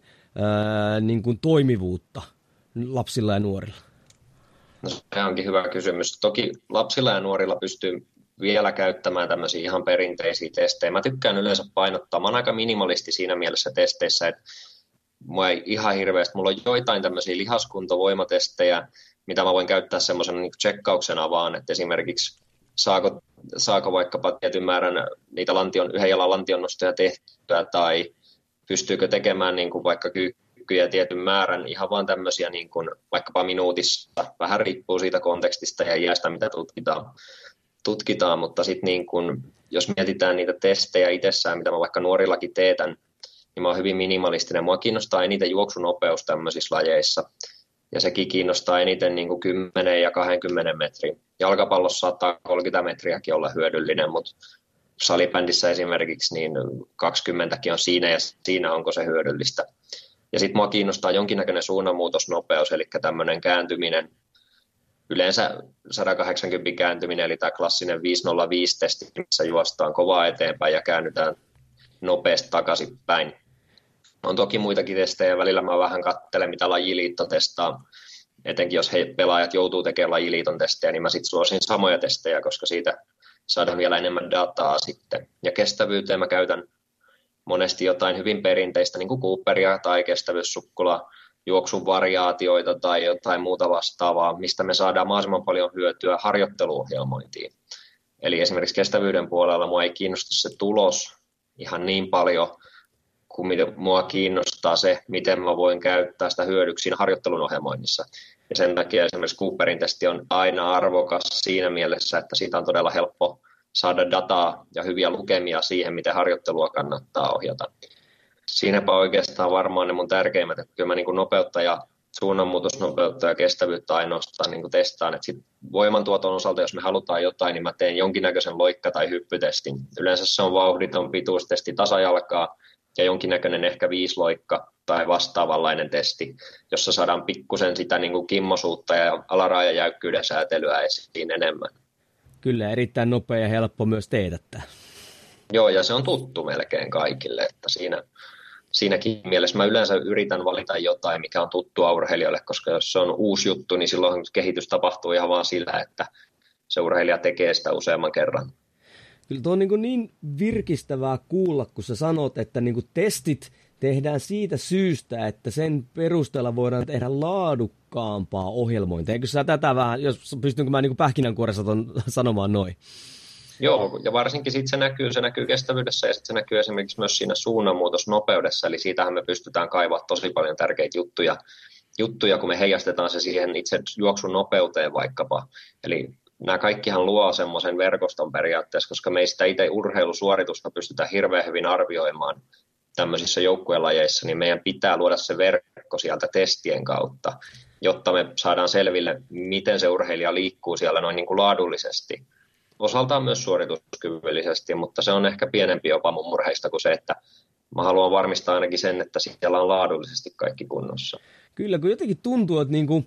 ö, niin kuin toimivuutta lapsilla ja nuorilla? No, se onkin hyvä kysymys. Toki lapsilla ja nuorilla pystyy vielä käyttämään tämmöisiä ihan perinteisiä testejä. Mä tykkään yleensä painottaa. Mä oon aika minimalisti siinä mielessä testeissä, että mua ei ihan hirveästi. Mulla on joitain tämmöisiä lihaskuntovoimatestejä, mitä mä voin käyttää semmoisena niin tsekkauksena vaan, että esimerkiksi saako, saako vaikkapa tietyn määrän niitä lantion, yhden jalan lantionnostoja tehtyä, tai pystyykö tekemään niin kuin vaikka kyykkyjä tietyn määrän, ihan vaan tämmöisiä niin kuin vaikkapa minuutissa, vähän riippuu siitä kontekstista ja iästä, mitä tutkitaan, tutkitaan. Mutta sitten niin kuin, jos mietitään niitä testejä itsessään, mitä mä vaikka nuorillakin teetän, niin mä oon hyvin minimalistinen. Mua kiinnostaa eniten juoksunopeus tämmöisissä lajeissa. Ja sekin kiinnostaa eniten niin kuin kymmenen ja kaksikymmentä metriä. Jalkapallossa saattaa kolmekymmentä metriäkin olla hyödyllinen, mutta salibändissä esimerkiksi niin kaksikymmentäkin on siinä ja siinä onko se hyödyllistä. Ja sitten mua kiinnostaa jonkinnäköinen suunnanmuutosnopeus, eli tämmöinen kääntyminen, yleensä sata kahdeksankymmentä kääntyminen, eli tämä klassinen viisi nolla viisi testi, missä juostaan kovaa eteenpäin ja käännytään nopeasti takaisinpäin. On toki muitakin testejä, välillä mä vähän katselen, mitä lajiliitto testaa. Etenkin jos he pelaajat joutuu tekemään lajiliiton testejä, niin mä sitten suosin samoja testejä, koska siitä saadaan vielä enemmän dataa sitten. Ja kestävyyteen mä käytän monesti jotain hyvin perinteistä, niin kuin Cooperia tai kestävyyssukkula, juoksun variaatioita tai jotain muuta vastaavaa, mistä me saadaan mahdollisimman paljon hyötyä harjoitteluohjelmointiin. Eli esimerkiksi kestävyyden puolella mua ei kiinnosta se tulos ihan niin paljon, kun mua kiinnostaa se, miten mä voin käyttää sitä hyödyksi siinä harjoittelun ohjelmoinnissa. Ja sen takia esimerkiksi Cooperin testi on aina arvokas siinä mielessä, että siitä on todella helppo saada dataa ja hyviä lukemia siihen, miten harjoittelua kannattaa ohjata. Siinäpä oikeastaan varmaan ne mun tärkeimmät, että kyllä mä niin kuin nopeutta ja suunnanmuutosnopeutta ja kestävyyttä ainoastaan niin kuin testaan. Että sit voimantuoton osalta, jos me halutaan jotain, niin mä teen jonkinnäköisen loikka- tai hyppytestin. Yleensä se on vauhditon pituustesti tasajalkaa ja jonkinnäköinen ehkä viisloikka tai vastaavanlainen testi, jossa saadaan pikkusen sitä niin kuin kimmosuutta ja alarajajäykkyyden säätelyä esiin enemmän. Kyllä, erittäin nopea ja helppo myös teetättää. Joo, ja se on tuttu melkein kaikille, että siinä, siinäkin mielessä mä yleensä yritän valita jotain, mikä on tuttua urheilijoille, koska jos se on uusi juttu, niin silloin kehitys tapahtuu ihan vaan sillä, että se urheilija tekee sitä useamman kerran. Kyllä tuo on niin, niin virkistävää kuulla, kun sä sanot, että niin testit tehdään siitä syystä, että sen perusteella voidaan tehdä laadukkaampaa ohjelmointia. Eikö sä tätä vähän, jos pystynkö mä niin pähkinänkuoressa ton sanomaan noin? Joo, ja varsinkin sitten se näkyy, se näkyy kestävyydessä ja sitten se näkyy esimerkiksi myös siinä suunnanmuutosnopeudessa, eli siitähän me pystytään kaivaa tosi paljon tärkeitä juttuja, juttuja, kun me heijastetaan se siihen itse juoksun nopeuteen vaikkapa. Eli nämä kaikkihan luo semmoisen verkoston periaatteessa, koska me ei sitä itse urheilusuoritusta pystytä hirveän hyvin arvioimaan tämmöisissä joukkuelajeissa, niin meidän pitää luoda se verkko sieltä testien kautta, jotta me saadaan selville, miten se urheilija liikkuu siellä noin niin kuin laadullisesti. Osaltaan myös suorituskyvyllisesti, mutta se on ehkä pienempi jopa mun murheista kuin se, että mä haluan varmistaa ainakin sen, että siellä on laadullisesti kaikki kunnossa. Kyllä, kun jotenkin tuntuu, että niinku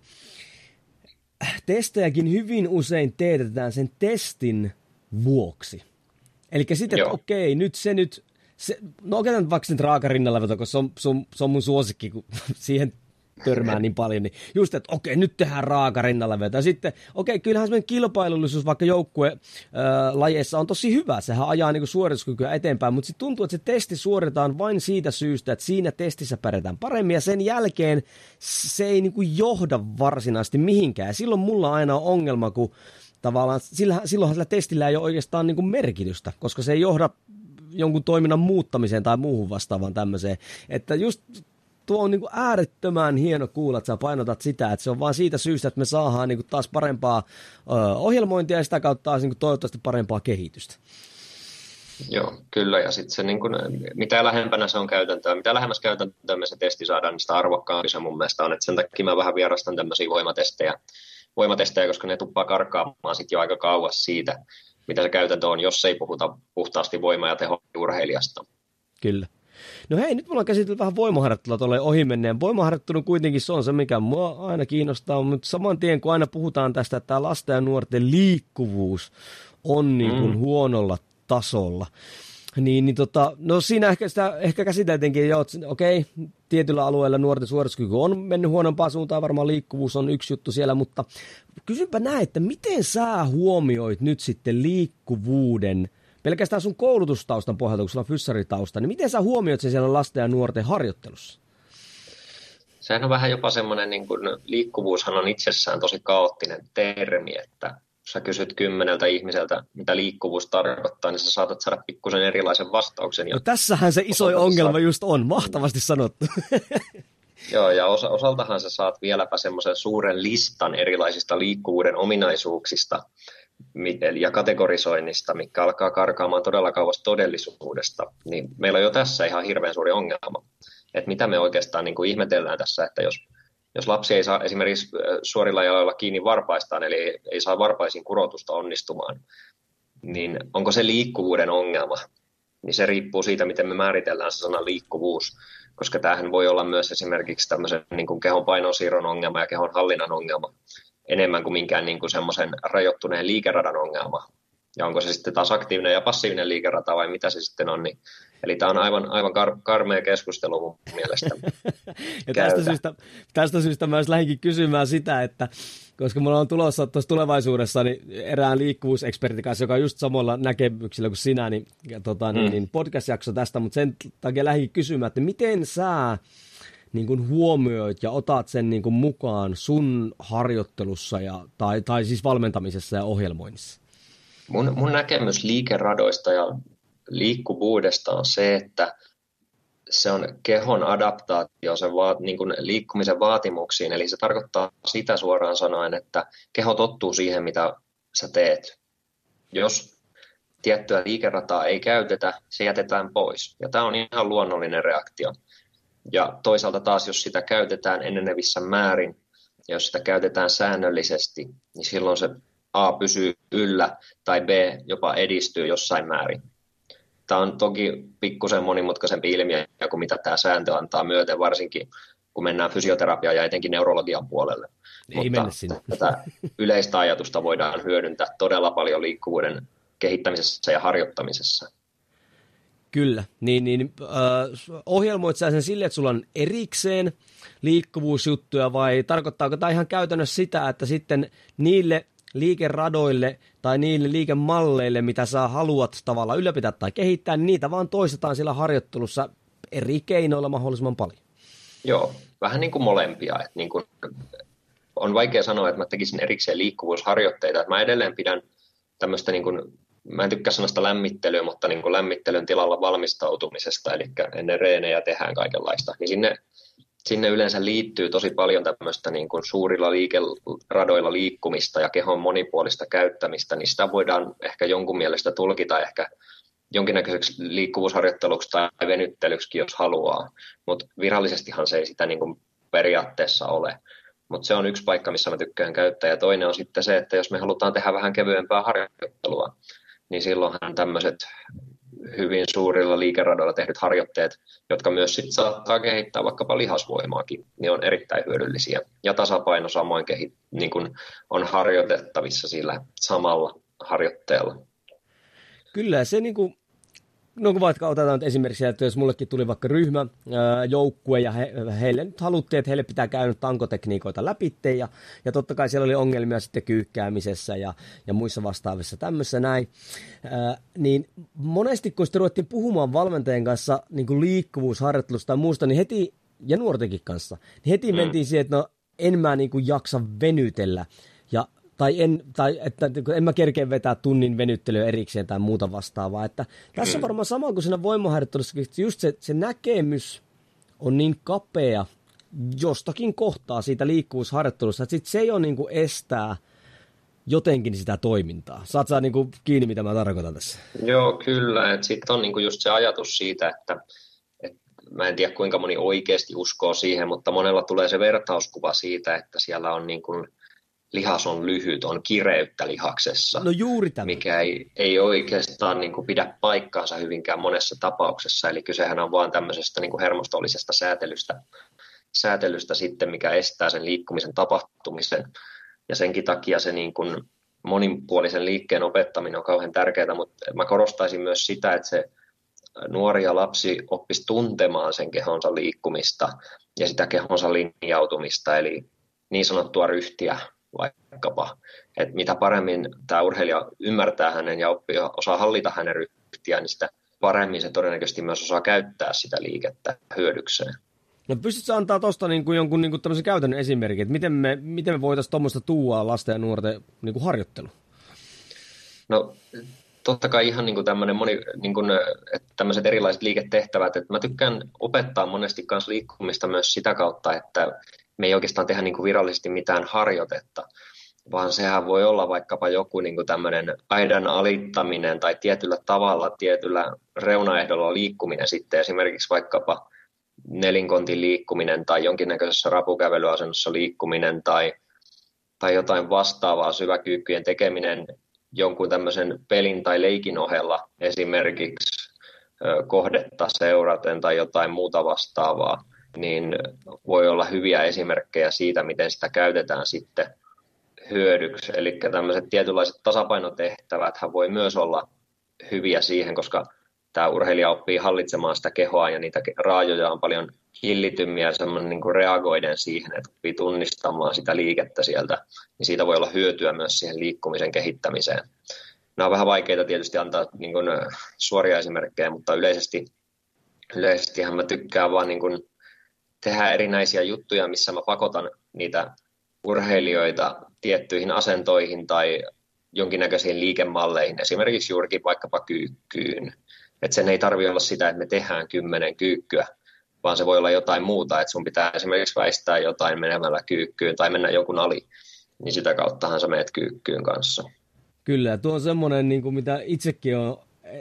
testejäkin hyvin usein teetetään sen testin vuoksi. Eli sitten, että okei, nyt se nyt, se, no otetaan vaikka nyt raakarinnalla, koska se on, se, on, se on mun suosikki, kun siihen törmää niin paljon, niin just, että okei, nyt tehdään raakarinnalla veto. Ja sitten, okei, kyllähän semmoinen kilpailullisuus vaikka joukkuelajeissa on tosi hyvä, sehän ajaa niin kuin suorituskykyä eteenpäin, mutta sitten tuntuu, että se testi suoritetaan vain siitä syystä, että siinä testissä pärjätään paremmin, ja sen jälkeen se ei niin kuin johda varsinaisesti mihinkään. Ja silloin mulla aina on ongelma, kun tavallaan, silloinhan sillä testillä ei ole oikeastaan niin kuin merkitystä, koska se ei johda jonkun toiminnan muuttamiseen tai muuhun vastaavaan tämmöiseen, että just tuo on niin kuin äärettömän hieno kuulla, että sä painotat sitä, että se on vaan siitä syystä, että me saadaan niin kuin taas parempaa ö, ohjelmointia ja sitä kautta taas niin kuin toivottavasti parempaa kehitystä. Joo, kyllä. Ja sitten se, niin kuin, mitä lähempänä se on käytäntöä, mitä lähemmäs käytäntöä me se testi saadaan, niin sitä arvokkaampi se mun mielestä on. Et sen takia mä vähän vierastan tämmöisiä voimatestejä, voimatestejä, koska ne tuppaa karkaamaan sitten jo aika kauas siitä, mitä se käytäntö on, jos ei puhuta puhtaasti voima- ja tehourheilijasta. Kyllä. No hei, nyt mulla on käsitelty vähän voimaharjoittelua tuolle ohimenneen. Voimaharjoittelu kuitenkin se on se, mikä mua aina kiinnostaa, mutta saman tien kun aina puhutaan tästä, että tämä lasten ja nuorten liikkuvuus on niin kuin mm. huonolla tasolla, niin, niin tota, no siinä ehkä, sitä, ehkä käsiteltiinkin jo, että okei, tietyllä alueella nuorten suorituskyky on mennyt huonompaan suuntaan, varmaan liikkuvuus on yksi juttu siellä, mutta kysynpä näin, että miten sä huomioit nyt sitten liikkuvuuden pelkästään sun koulutustaustan pohjalta, kun sulla on fyssaritausta, niin miten sä huomioit sen siellä lasten ja nuorten harjoittelussa? Sehän on vähän jopa semmoinen, niin kuin liikkuvuushan on itsessään tosi kaoottinen termi, että jos sä kysyt kymmeneltä ihmiseltä, mitä liikkuvuus tarkoittaa, niin sä saatat saada pikkusen erilaisen vastauksen. No tässähän se iso ongelma saat... just on, mahtavasti sanottu. Joo, ja osa, osaltahan sä saat vieläpä semmoisen suuren listan erilaisista liikkuvuuden ominaisuuksista, ja kategorisoinnista, mikä alkaa karkaamaan todella kauas todellisuudesta, niin meillä on jo tässä ihan hirveän suuri ongelma. Että mitä me oikeastaan niin kuin ihmetellään tässä, että jos, jos lapsi ei saa esimerkiksi suorilla jaloilla kiinni varpaistaan, eli ei saa varpaisin kurotusta onnistumaan, niin onko se liikkuvuuden ongelma? Niin se riippuu siitä, miten me määritellään se sana liikkuvuus, koska tämähän voi olla myös esimerkiksi tämmöisen niin kuin kehon painonsiirron ongelma ja kehon hallinnan ongelma, enemmän kuin minkään niin kuin semmoisen rajoittuneen liikeradan ongelma. Ja onko se sitten taas aktiivinen ja passiivinen liikerata vai mitä se sitten on. Niin, eli tämä on aivan, aivan kar- karmea keskustelu mun mielestä. ja tästä syystä, tästä syystä mä lähdinkin kysymään sitä, että koska mulla on tulossa tuossa tulevaisuudessa niin erään liikkuvuusekspertin kanssa, joka on just samalla näkemyksillä kuin sinä, niin, tota, mm. niin, niin podcast-jakso tästä, mutta sen takia lähdinkin kysymään, että miten sä niin kuin huomioit ja otat sen niin kuin mukaan sun harjoittelussa ja, tai, tai siis valmentamisessa ja ohjelmoinnissa? Mun, mun näkemys liikeradoista ja liikkuvuudesta on se, että se on kehon adaptaatio sen vaat, niin kuin liikkumisen vaatimuksiin, eli se tarkoittaa sitä suoraan sanoen, että keho tottuu siihen, mitä sä teet. Jos tiettyä liikerataa ei käytetä, se jätetään pois. Ja tämä on ihan luonnollinen reaktio. Ja toisaalta taas, jos sitä käytetään enenevissä määrin, ja jos sitä käytetään säännöllisesti, niin silloin se A pysyy yllä tai B jopa edistyy jossain määrin. Tämä on toki pikkusen monimutkaisempi ilmiö kuin mitä tämä sääntö antaa myöten, varsinkin kun mennään fysioterapiaan ja etenkin neurologian puolelle. Ei Mutta mennä sinne. Tätä yleistä ajatusta voidaan hyödyntää todella paljon liikkuvuuden kehittämisessä ja harjoittamisessa. Kyllä, niin, niin äh, ohjelmoit sä sen silleen, että sulla on erikseen liikkuvuusjuttuja vai tarkoittaako tämä ihan käytännössä sitä, että sitten niille liikeradoille tai niille liikemalleille, mitä sä haluat tavallaan ylläpitää tai kehittää, niin niitä vaan toistetaan siellä harjoittelussa eri keinoilla mahdollisimman paljon? Joo, vähän niin kuin molempia. Että niin kuin on vaikea sanoa, että mä tekisin erikseen liikkuvuusharjoitteita. Että mä edelleen pidän tämmöistä, niin kuin, mä en tykkää sanasta lämmittelyä, mutta niin kuin lämmittelyn tilalla valmistautumisesta, eli ennen reenejä tehdään kaikenlaista. Niin sinne, sinne yleensä liittyy tosi paljon tämmöistä niin kuin suurilla liikeradoilla liikkumista ja kehon monipuolista käyttämistä, niin sitä voidaan ehkä jonkun mielestä tulkita ehkä jonkinnäköiseksi liikkuvuusharjoitteluksi tai venyttelyksi, jos haluaa, mutta virallisestihan se ei sitä niin kuin periaatteessa ole. Mutta se on yksi paikka, missä mä tykkään käyttää, ja toinen on sitten se, että jos me halutaan tehdä vähän kevyempää harjoittelua, niin silloinhan tämmöiset hyvin suurilla liikeradoilla tehdyt harjoitteet, jotka myös sit saattaa kehittää vaikkapa lihasvoimaakin, niin on erittäin hyödyllisiä. Ja tasapaino samoin kehit, niin kun on harjoitettavissa sillä samalla harjoitteella. Kyllä, se niin kuin, no kun vaikka otetaan nyt esimerkiksi, että jos mullekin tuli vaikka ryhmä, ää, joukkue, ja he, heille nyt haluttiin, että heille pitää käydä tankotekniikoita läpi, ja, ja totta kai siellä oli ongelmia sitten kyykkäämisessä ja, ja muissa vastaavissa tämmöisissä näin, ää, niin monesti kun sitten ruvettiin puhumaan valmentajien kanssa niin kuin liikkuvuusharjoittelusta tai muusta, niin heti, ja nuortenkin kanssa, niin heti mm. mentiin siihen, että no en mä niin kuin jaksa venytellä, ja Tai, en, tai että en mä kerkeä vetää tunnin venyttelyä erikseen tai muuta vastaavaa. Että tässä on varmaan sama kuin siinä voimaharjoittelussa, että just se, se näkemys on niin kapea jostakin kohtaa siitä liikkuvuusharjoittelussa, että sit se jo niin kuin estää jotenkin sitä toimintaa. Saat saa niin kuin kiinni, mitä mä tarkoitan tässä? Joo, kyllä. Sitten on niin kuin just se ajatus siitä, että, että mä en tiedä kuinka moni oikeasti uskoo siihen, mutta monella tulee se vertauskuva siitä, että siellä on niin kuin lihas on lyhyt, on kireyttä lihaksessa, no juuri tämä. Mikä ei, ei oikeastaan niin kuin pidä paikkaansa hyvinkään monessa tapauksessa. Eli kysehän on vaan tämmöisestä niin kuin hermostollisesta säätelystä, säätelystä sitten, mikä estää sen liikkumisen tapahtumisen. Ja senkin takia se niin kuin monipuolisen liikkeen opettaminen on kauhean tärkeää, mutta mä korostaisin myös sitä, että se nuori ja lapsi oppisi tuntemaan sen kehonsa liikkumista ja sitä kehonsa linjautumista, eli niin sanottua ryhtiä vaikkapa, että mitä paremmin tämä urheilija ymmärtää hänen ja oppii, osaa hallita hänen ryhtiään, niin sitä paremmin se todennäköisesti myös osaa käyttää sitä liikettä hyödykseen. No pystytkö antaa tuosta niin jonkun niin kuin tämmöisen käytännön esimerkin, että miten me, miten me voitaisiin tuommoista tuua lasten ja nuorten niin kuin harjoittelu? No totta kai ihan niin kuin tämmöinen moni, niin kuin, että tämmöiset erilaiset liiketehtävät, että mä tykkään opettaa monesti myös liikkumista myös sitä kautta, että me ei oikeastaan tehdä niin kuin virallisesti mitään harjoitetta, vaan sehän voi olla vaikkapa joku niin kuin tämmöinen aidan alittaminen tai tietyllä tavalla, tietyllä reunaehdolla liikkuminen sitten, esimerkiksi vaikkapa nelinkontin liikkuminen tai jonkinnäköisessä rapukävelyasennossa liikkuminen tai, tai jotain vastaavaa syväkyykkyjen tekeminen jonkun tämmöisen pelin tai leikin ohella, esimerkiksi kohdetta seuraten tai jotain muuta vastaavaa, niin voi olla hyviä esimerkkejä siitä, miten sitä käytetään sitten hyödyksi. Eli tämmöiset tietynlaiset tasapainotehtäväthän voi myös olla hyviä siihen, koska tämä urheilija oppii hallitsemaan sitä kehoa ja niitä raajoja on paljon hillitymmiä ja semmoinen niin kuin reagoiden siihen, että oppii tunnistamaan sitä liikettä sieltä, niin siitä voi olla hyötyä myös siihen liikkumisen kehittämiseen. Nämä on vähän vaikeita tietysti antaa niin kuin suoria esimerkkejä, mutta yleisesti, yleisestihän mä tykkään vaan niin kuin tehdä erinäisiä juttuja, missä mä pakotan niitä urheilijoita tiettyihin asentoihin tai jonkinnäköisiin liikemalleihin, esimerkiksi juurikin vaikkapa kyykkyyn. Että sen ei tarvitse olla sitä, että me tehdään kymmenen kyykkyä, vaan se voi olla jotain muuta, että sun pitää esimerkiksi väistää jotain menemällä kyykkyyn tai mennä jonkun ali, niin sitä kauttahan sä meet kyykkyyn kanssa. Kyllä, tuo on semmoinen, niin kuin mitä itsekin on,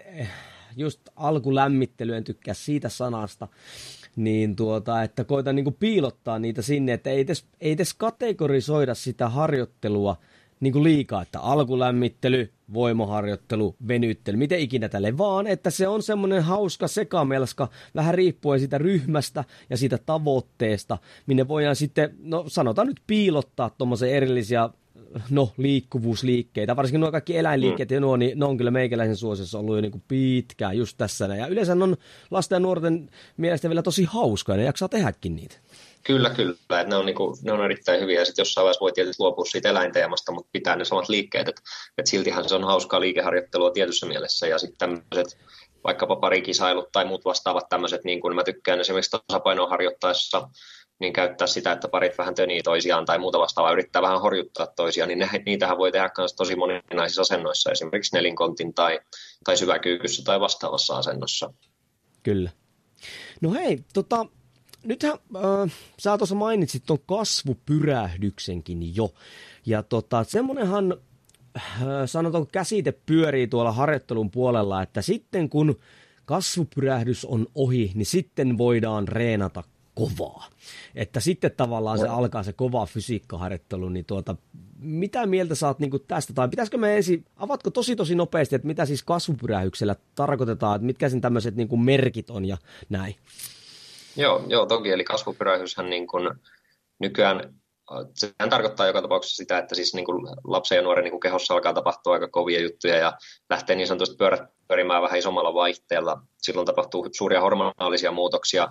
just alkulämmittely, en tykkää siitä sanasta, niin tuota, että koitan niin kuin piilottaa niitä sinne, että ei edes, ei edes kategorisoida sitä harjoittelua niin kuin liikaa, että alkulämmittely, voimaharjoittelu, venyttely, miten ikinä tälle, vaan että se on semmoinen hauska sekamelska, vähän riippuen siitä ryhmästä ja siitä tavoitteesta, minne voidaan sitten, no sanotaan nyt piilottaa tuommoisen erillisiä, no liikkuvuusliikkeitä, varsinkin nuo kaikki eläinliikkeet, mm. ja nuo, niin ne on kyllä meikäläisen suosiossa ollut jo niin kuin pitkään just tässä, ja yleensä on lasten ja nuorten mielestä vielä tosi hauskaa, ja ne jaksaa tehdäkin niitä. Kyllä, kyllä. Että ne, on niinku, ne on erittäin hyviä ja sitten jossain vaiheessa voi tietysti luopua siitä eläinteemasta, mutta pitää ne samat liikkeet. Että et siltihän se on hauskaa liikeharjoittelua tietyssä mielessä ja sitten tämmöiset vaikkapa parikisailut tai muut vastaavat tämmöiset, niin kuin mä tykkään esimerkiksi tasapainoa harjoittaessa, niin käyttää sitä, että parit vähän tönii toisiaan tai muuta vastaavaa, yrittää vähän horjuttaa toisiaan, niin ne, niitähän voi tehdä myös tosi moninaisissa asennoissa, esimerkiksi nelinkontin tai, tai syväkyykyssä tai vastaavassa asennossa. Kyllä. No hei, tota... Nythän äh, sä tuossa mainitsit tuon kasvupyrähdyksenkin jo, ja tota, semmonenhan, äh, sanotaanko käsite pyörii tuolla harjoittelun puolella, että sitten kun kasvupyrähdys on ohi, niin sitten voidaan reenata kovaa. Että sitten tavallaan se alkaa se kova fysiikkaharjoittelu, niin tuota, mitä mieltä sä oot niinku tästä, tai pitäisikö me ensin, avatko tosi tosi nopeasti, että mitä siis kasvupyrähyksellä tarkoitetaan, että mitkä sen tämmöiset niinku merkit on ja näin? Joo, joo, toki, eli kasvupyrähdyshän niin kuin nykyään, sehän tarkoittaa joka tapauksessa sitä, että siis niin kuin lapsen ja nuoren niin kuin kehossa alkaa tapahtua aika kovia juttuja ja lähtee niin sanotusti pyörimään vähän isommalla vaihteella. Silloin tapahtuu suuria hormonaalisia muutoksia.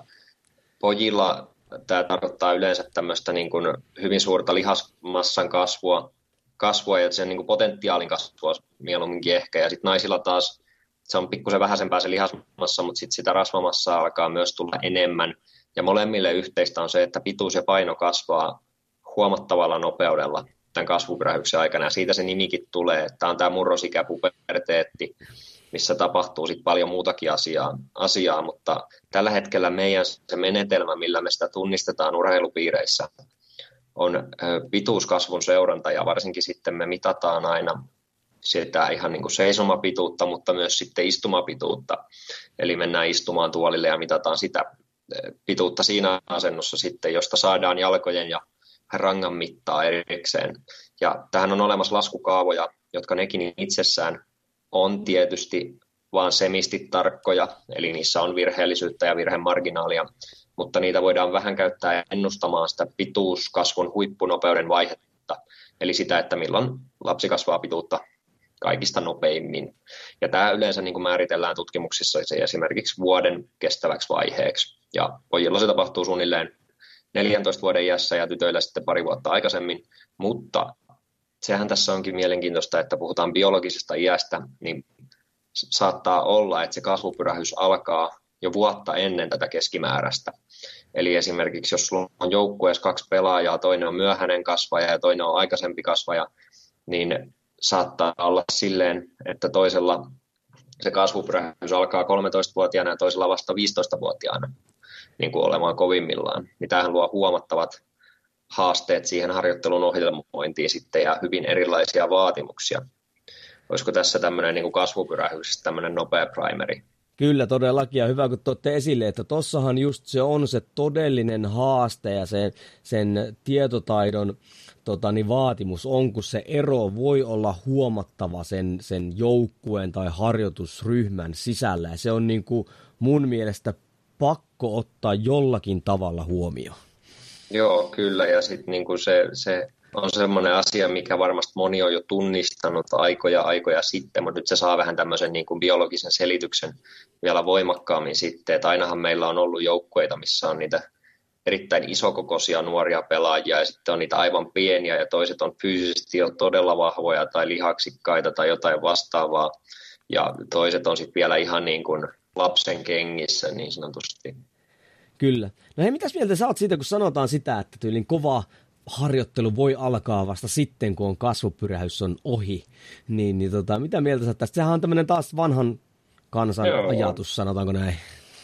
Pojilla tämä tarkoittaa yleensä tämmöistä niin kuin hyvin suurta lihasmassan kasvua, kasvua ja sen niin kuin potentiaalin kasvua mieluumminkin ehkä, ja sitten naisilla taas se on pikkusen vähäisempää se lihasmassa, mutta sitten sitä rasvamassaa alkaa myös tulla enemmän. Ja molemmille yhteistä on se, että pituus ja paino kasvaa huomattavalla nopeudella tämän kasvupyrähdyksen aikana. Ja siitä se nimikin tulee, että on tämä murrosikä, puberteetti, missä tapahtuu sitten paljon muutakin asiaa, asiaa. Mutta tällä hetkellä meidän se menetelmä, millä me sitä tunnistetaan urheilupiireissä, on pituuskasvun seuranta. Ja varsinkin sitten me mitataan aina sitä ihan niin kuin seisomapituutta, mutta myös sitten istumapituutta. Eli mennään istumaan tuolille ja mitataan sitä pituutta siinä asennossa sitten, josta saadaan jalkojen ja rangan mittaa erikseen. Ja tähän on olemassa laskukaavoja, jotka nekin itsessään on tietysti vaan semisti tarkkoja, eli niissä on virheellisyyttä ja virhemarginaalia, mutta niitä voidaan vähän käyttää ennustamaan sitä pituuskasvun huippunopeuden vaihetta, eli sitä, että milloin lapsi kasvaa pituutta kaikista nopeimmin. Ja tämä yleensä niin kuin määritellään tutkimuksissa se esimerkiksi vuoden kestäväksi vaiheeksi. Ja pojilla se tapahtuu suunnilleen neljäntoista vuoden iässä ja tytöillä sitten pari vuotta aikaisemmin. Mutta sehän tässä onkin mielenkiintoista, että puhutaan biologisesta iästä, niin saattaa olla, että se kasvupyrähdys alkaa jo vuotta ennen tätä keskimääräistä. Eli esimerkiksi jos sulla on joukkueessa kaksi pelaajaa, toinen on myöhäinen kasvaja ja toinen on aikaisempi kasvaja, niin saattaa olla silleen, että toisella se kasvupyrähdys alkaa kolmetoistavuotiaana ja toisella vasta viisitoistavuotiaana niin kuin olemaan kovimmillaan. Niin tämähän luo huomattavat haasteet siihen harjoittelun ohjelmointiin sitten ja hyvin erilaisia vaatimuksia. Olisiko tässä tämmöinen niin kuin kasvupyrähdys, tämmöinen nopea primeri? Kyllä todellakin, ja hyvä kun tuotte esille, että tossahan just se on se todellinen haaste ja sen, sen tietotaidon tota, niin vaatimus on, kun se ero voi olla huomattava sen, sen joukkueen tai harjoitusryhmän sisällä, ja se on niin kuin mun mielestä pakko ottaa jollakin tavalla huomioon. Joo, kyllä, ja sitten niin kuin se, se on semmoinen asia, mikä varmasti moni on jo tunnistanut aikoja aikoja sitten, mutta nyt se saa vähän tämmöisen niin kuin biologisen selityksen vielä voimakkaammin sitten, että ainahan meillä on ollut joukkueita, missä on niitä erittäin isokokoisia nuoria pelaajia ja sitten on niitä aivan pieniä ja toiset on fyysisesti jo todella vahvoja tai lihaksikkaita tai jotain vastaavaa ja toiset on sitten vielä ihan niin kuin lapsen kengissä niin sanotusti. Kyllä. No hei, mitäs mieltä sä oot siitä, kun sanotaan sitä, että tyylin kova harjoittelu voi alkaa vasta sitten, kun on kasvupyrähdys on ohi, niin, niin tota, mitä mieltä sä tästä? Sehän on tämmöinen taas vanhan kansan Joo. ajatus, sanotaanko näin.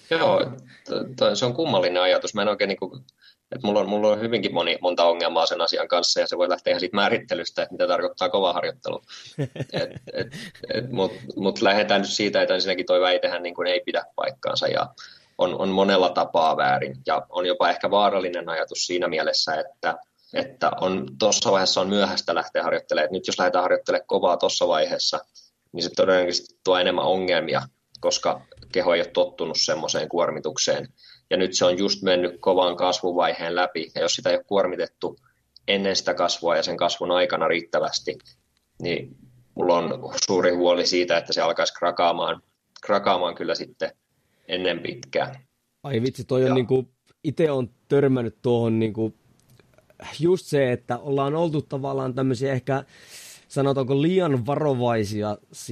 Joo, t- t- se on kummallinen ajatus. Mä en oikein niin kuin, että mulla on, mulla on hyvinkin moni, monta ongelmaa sen asian kanssa, ja se voi lähteä ihan siitä määrittelystä, että mitä tarkoittaa kova harjoittelu. Et, et, et, Mutta mut lähdetään nyt siitä, että ensinnäkin toi väitehän niin kuin ei pidä paikkaansa, ja on, on monella tapaa väärin, ja on jopa ehkä vaarallinen ajatus siinä mielessä, että, että on tuossa vaiheessa on myöhäistä lähteä harjoittelemaan. Et nyt jos lähdetään harjoittelemaan kovaa tuossa vaiheessa, niin se todennäköisesti tuo enemmän ongelmia, koska keho ei ole tottunut semmoiseen kuormitukseen. Ja nyt se on just mennyt kovan kasvuvaiheen läpi, ja jos sitä ei ole kuormitettu ennen sitä kasvua ja sen kasvun aikana riittävästi, niin mulla on suuri huoli siitä, että se alkaisi krakaamaan, krakaamaan kyllä sitten ennen pitkään. Ai vitsi, toi on niinku, itse on törmännyt tuohon niinku, just se, että ollaan oltu tavallaan tämmöisiä ehkä, sanotaanko liian varovaisia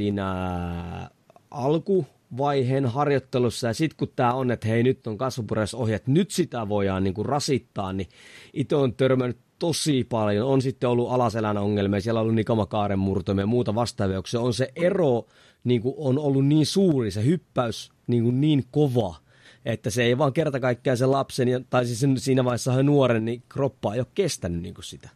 siinä alkuvaiheen harjoittelussa, ja sitten kun tämä on, että hei nyt on kasvupureusohjeet, nyt sitä voidaan niinku rasittaa, niin itse on törmännyt tosi paljon. On sitten ollut alaselän ongelmia, siellä on ollut nikamakaaren murtumia ja muuta vastaavia, se on se ero niinku, on ollut niin suuri, se hyppäys niinku, niin kova, että se ei vaan kerta kaikkiaan se lapsen, tai siis siinä vaiheessa nuoren, niin kroppa ei ole kestänyt niinku sitä.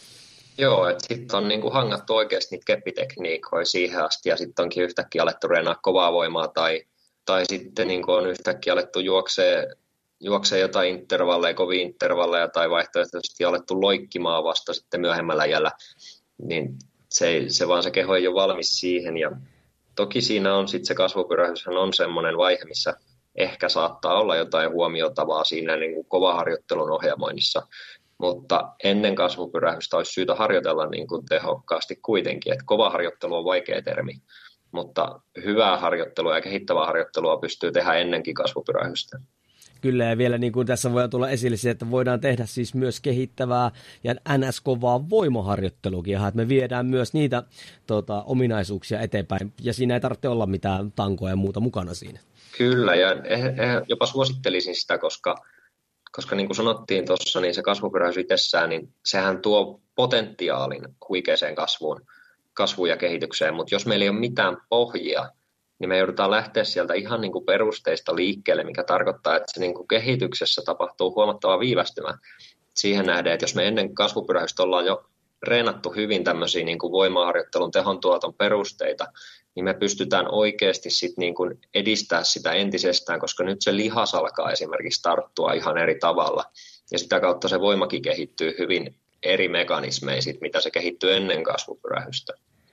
Joo, että sitten on niinku hangattu oikeasti niitä keppitekniikoja siihen asti, ja sitten onkin yhtäkkiä alettu reenaa kovaa voimaa, tai, tai sitten niinku on yhtäkkiä alettu juoksee, juoksee jotain intervalleja, kovia intervalleja, tai vaihtoehtoisesti alettu loikkimaan vasta sitten myöhemmällä jällä, niin se, se vaan se keho ei ole valmis siihen, ja toki siinä on sitten se kasvupyrähdyshän on semmoinen vaihe, missä ehkä saattaa olla jotain huomiotavaa siinä niin kuin kovaharjoittelun ohjelmoinnissa, mutta ennen kasvupyrähdystä olisi syytä harjoitella niin kuin tehokkaasti kuitenkin, että kova harjoittelu on vaikea termi, mutta hyvää harjoittelua ja kehittävää harjoittelua pystyy tehdä ennenkin kasvupyrähdystä. Kyllä, ja vielä niin kuin tässä voi tulla esille se, että voidaan tehdä siis myös kehittävää ja N S-kovaa voimaharjoittelukin, että me viedään myös niitä tota, ominaisuuksia eteenpäin, ja siinä ei tarvitse olla mitään tankoa ja muuta mukana siinä. Kyllä, ja jopa suosittelisin sitä, koska, koska niin kuin sanottiin tuossa, niin se kasvupyrähdys itsessään, niin sehän tuo potentiaalin huikeeseen kasvuun, kasvuun ja kehitykseen, mutta jos meillä ei ole mitään pohjia, niin me joudutaan lähteä sieltä ihan niin kuin perusteista liikkeelle, mikä tarkoittaa, että se niin kuin kehityksessä tapahtuu huomattava viivästymä siihen nähden, että jos me ennen kasvupyrähdystä ollaan jo reenattu hyvin tämmöisiä niin kuin voimaharjoittelun tehontuoton perusteita, niin me pystytään oikeasti sit niin kuin edistää sitä entisestään, koska nyt se lihas alkaa esimerkiksi tarttua ihan eri tavalla, ja sitä kautta se voimakin kehittyy hyvin eri mekanismein, sit, mitä se kehittyy ennen kasvupyrähdystä.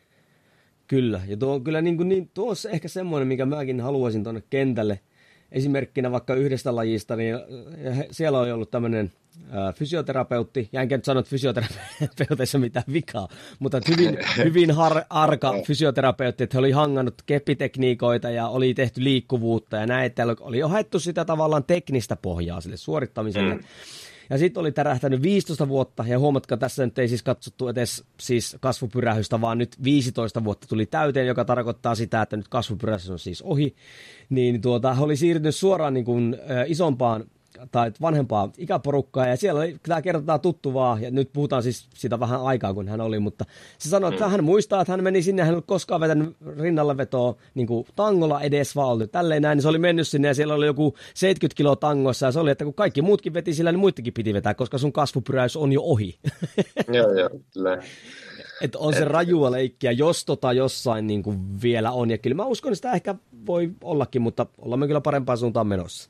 Kyllä, ja tuo on kyllä niin kuin, niin, tuo on ehkä semmoinen, mikä mäkin haluaisin tuonne kentälle. Esimerkkinä vaikka yhdestä lajista, niin siellä on ollut tämmöinen ää, fysioterapeutti, ja enkä nyt sano, että fysioterapeuteissa mitään vikaa, mutta hyvin, hyvin har, arka fysioterapeutti, että he oli hangannut keppitekniikoita ja oli tehty liikkuvuutta ja näin, että oli jo haettu sitä tavallaan teknistä pohjaa sille suorittamiselle. Mm. Ja sitten oli tärähtänyt viisitoista vuotta, ja huomatkaa, tässä nyt ei siis katsottu edes siis kasvupyrähystä, vaan nyt viisitoista vuotta tuli täyteen, joka tarkoittaa sitä, että nyt kasvupyrähys on siis ohi. Niin tuota, oli siirtynyt suoraan niin kuin, ä, isompaan tai vanhempaa ikäporukkaa, ja siellä oli, tämä kertaa tuttu vaan, ja nyt puhutaan siis siitä vähän aikaa, kun hän oli, mutta se sanoi, että hän muistaa, että hän meni sinne, hän ei ollut koskaan vetänyt rinnalle vetoa niin kuin tangolla edes vaan ollut, tälleen näin, niin se oli mennyt sinne, ja siellä oli joku seitsemänkymmentä kiloa tangossa, ja se oli, että kun kaikki muutkin veti sillä, niin muittenkin piti vetää, koska sun kasvupyräys on jo ohi. Joo, joo, kyllä. Että on se rajua leikkiä, jos tota jossain niin kuin vielä on, ja kyllä mä uskon, että sitä ehkä voi ollakin, mutta ollaan me kyllä parempaan suuntaan menossa.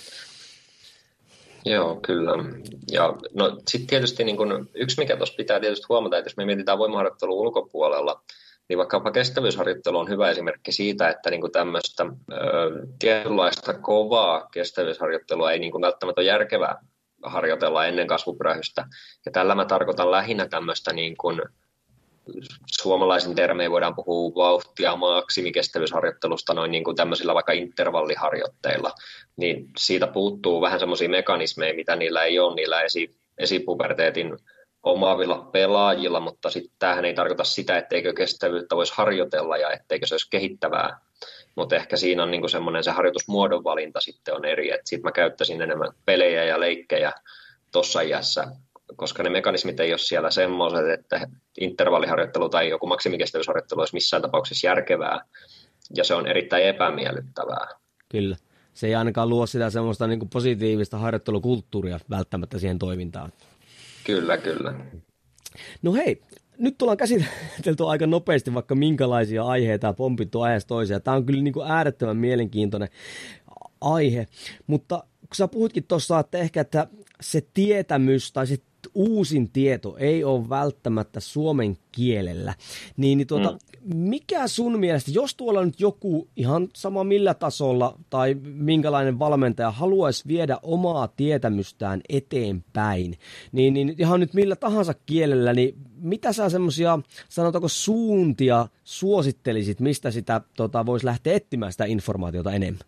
Joo, kyllä. Ja no sitten tietysti niin kun, yksi, mikä tuossa pitää tietysti huomata, että jos me mietitään voimaharjoittelua ulkopuolella, niin vaikkapa kestävyysharjoittelu on hyvä esimerkki siitä, että niin tämmöistä ö, tietynlaista kovaa kestävyysharjoittelua ei niin kuin välttämättä ole järkevää harjoitella ennen kasvupyrähystä. Ja tällä mä tarkoitan lähinnä tämmöistä niin kuin suomalaisin termein voidaan puhua vauhtia maksimikestävyysharjoittelusta noin niin kuin tämmöisillä vaikka intervalliharjoitteilla, niin siitä puuttuu vähän semmoisia mekanismeja, mitä niillä ei ole niillä esi, esipuberteetin omaavilla pelaajilla, mutta sitten tämähän ei tarkoita sitä, etteikö kestävyyttä voisi harjoitella ja etteikö se olisi kehittävää, mutta ehkä siinä on niin kuin semmoinen se harjoitusmuodon valinta sitten on eri, että sitten mä käyttäisin enemmän pelejä ja leikkejä tuossa iässä, koska ne mekanismit ei ole siellä semmoiset, että intervalliharjoittelu tai joku maksimikestävyysharjoittelu olisi missään tapauksessa järkevää, ja se on erittäin epämiellyttävää. Kyllä. se ei ainakaan luo sitä semmoista niin kuin positiivista harjoittelukulttuuria välttämättä siihen toimintaan. Kyllä, kyllä. No hei, nyt ollaan käsitelty aika nopeasti vaikka minkälaisia aiheita ja pompittu aiheesta toiseen. Tämä on kyllä niin kuin äärettömän mielenkiintoinen aihe, mutta kun sä puhutkin tuossa, että ehkä että se tietämys tai se uusin tieto ei ole välttämättä suomen kielellä, niin, niin tuota, mm. mikä sun mielestä, jos tuolla nyt joku ihan sama millä tasolla tai minkälainen valmentaja haluaisi viedä omaa tietämystään eteenpäin, niin, niin ihan nyt millä tahansa kielellä, niin mitä sä semmoisia, sanotaanko suuntia suosittelisit, mistä sitä tota, voisi lähteä etsimään sitä informaatiota enemmän?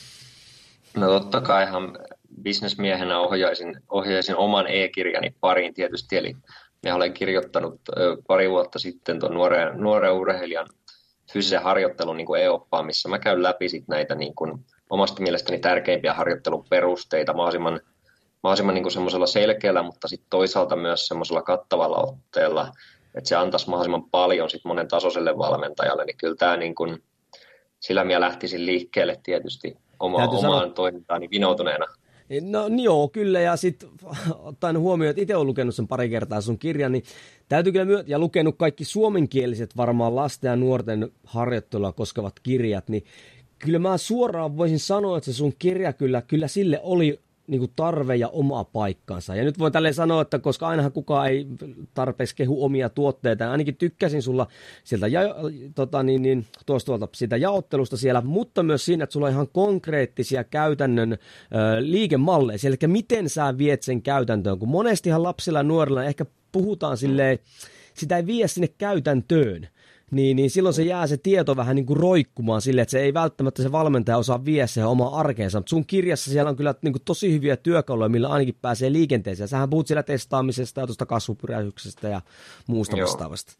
No totta kaihan bisnesmiehenä ohjaisin, ohjaisin oman e-kirjani pariin tietysti, eli minä olen kirjoittanut ö, pari vuotta sitten tuon nuoren, nuoren urheilijan fyysisen harjoittelun niin kuin e-oppaan, missä mä käyn läpi sit näitä niin kuin, omasta mielestäni tärkeimpiä harjoittelun perusteita mahdollisimman, mahdollisimman niin kuin semmoisella selkeällä, mutta sitten toisaalta myös semmoisella kattavalla otteella, että se antaisi mahdollisimman paljon sit monen tasoiselle valmentajalle, niin kyllä tämä niin kuin, sillä minä lähtisin liikkeelle tietysti oma, omaan sanoa... toimintaani vinoutuneena. No joo, kyllä, ja sitten ottaen huomioon, että itse olen lukenut sen pari kertaa sun kirjan, niin täytyy kyllä myöntää, ja lukenut kaikki suomenkieliset varmaan lasten ja nuorten harjoittelua koskevat kirjat, niin kyllä mä suoraan voisin sanoa, että se sun kirja kyllä, kyllä sille oli niin kuin tarve ja oma paikkansa. Ja nyt voin tälleen sanoa, että koska ainahan kukaan ei tarpeeksi kehu omia tuotteita, ainakin tykkäsin sulla sieltä ja, tota, niin, niin, tuosta tuolta siitä jaottelusta siellä, mutta myös siinä, että sulla on ihan konkreettisia käytännön ö, liikemalleja, eli miten sä viet sen käytäntöön, kun monestihan lapsilla ja nuorilla ehkä puhutaan silleen, sitä ei vie sinne käytäntöön. Niin, niin silloin se jää se tieto vähän niin kuin roikkumaan silleen, että se ei välttämättä se valmentaja osaa vie se omaa arkeensa, mutta sun kirjassa siellä on kyllä niin kuin tosi hyviä työkaluja, millä ainakin pääsee liikenteeseen. Sähän puhut siellä testaamisesta ja tuosta kasvupyrähyksestä ja muusta Joo. vastaavasta.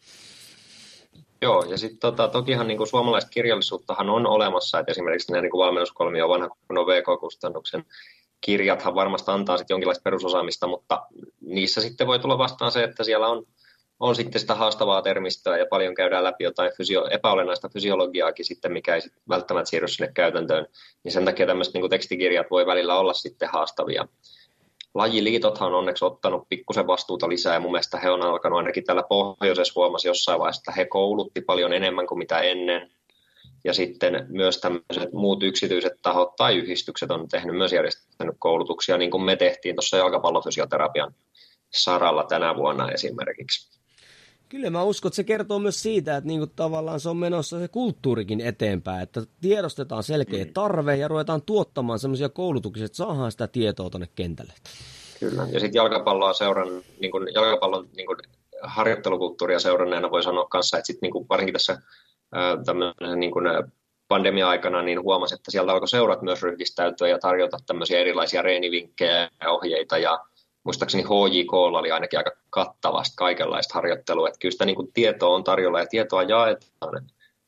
Joo, ja sitten tota, tokihan niin kuin suomalaista kirjallisuuttahan on olemassa, että esimerkiksi nämä niin kuin valmennuskolmio vanha kunnon V K-kustannuksen kirjathan varmasti antaa sitten jonkinlaista perusosaamista, mutta niissä sitten voi tulla vastaan se, että siellä on On sitten sitä haastavaa termistöä ja paljon käydään läpi jotain fysio- epäolennaista fysiologiaakin sitten, mikä ei sitten välttämättä siirry sinne käytäntöön. Niin sen takia tämmöiset niin kuin tekstikirjat voi välillä olla sitten haastavia. Lajiliitothan on onneksi ottanut pikkusen vastuuta lisää ja mun mielestä he on alkanut ainakin täällä pohjoisessa huomasi jossain vaiheessa, että he koulutti paljon enemmän kuin mitä ennen. Ja sitten myös tämmöiset muut yksityiset tahot tai yhdistykset on tehnyt myös järjestänyt koulutuksia, niin kuin me tehtiin tuossa jalkapallofysioterapian saralla tänä vuonna esimerkiksi. Kyllä mä uskon, että se kertoo myös siitä, että niinku tavallaan se on menossa se kulttuurikin eteenpäin, että tiedostetaan selkeä tarve ja ruvetaan tuottamaan semmoisia koulutuksia, että saadaan sitä tietoa tuonne kentälle. Kyllä, ja sitten jalkapalloa seuran, niin kun jalkapallon niin kun harjoittelukulttuuria seuranneena voi sanoa kanssa, että sit, niin kun varsinkin tässä tämmöisen niin kun pandemia-aikana niin huomasi, että sieltä alkoi seurat myös ryhdistäytyä ja tarjota tämmöisiä erilaisia reenivinkkejä ja ohjeita ja muistaakseni H J K:lla oli ainakin aika kattavasti kaikenlaista harjoittelua, että kyllä sitä niin kuin tietoa on tarjolla ja tietoa jaetaan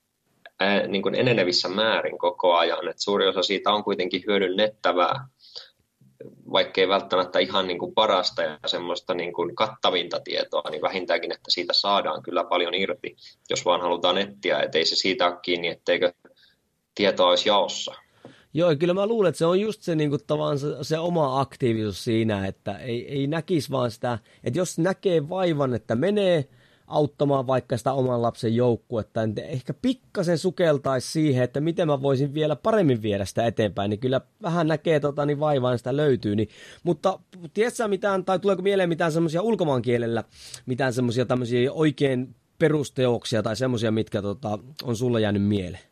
ää, niin kuin enenevissä määrin koko ajan, että suuri osa siitä on kuitenkin hyödynnettävää, vaikkei välttämättä ihan niin kuin parasta ja semmoista niin kuin kattavinta tietoa, niin vähintäänkin, että siitä saadaan kyllä paljon irti, jos vaan halutaan etsiä, ettei se siitä ole kiinni, etteikö tietoa olisi jaossa. Joo, kyllä mä luulen, että se on just se, niin kuin, tavallaan se, se oma aktiivisuus siinä, että ei, ei näkisi vaan sitä, että jos näkee vaivan, että menee auttamaan vaikka sitä oman lapsen joukkuetta, niin ehkä pikkasen sukeltaisi siihen, että miten mä voisin vielä paremmin viedä sitä eteenpäin, niin kyllä vähän näkee tota, niin vaivaan sitä löytyy. Niin, mutta tiedätkö mitään, tai tuleeko mieleen mitään semmoisia ulkomaankielellä, mitään semmoisia tämmöisiä oikein perusteoksia tai semmoisia, mitkä tota, on sulle jäänyt mieleen?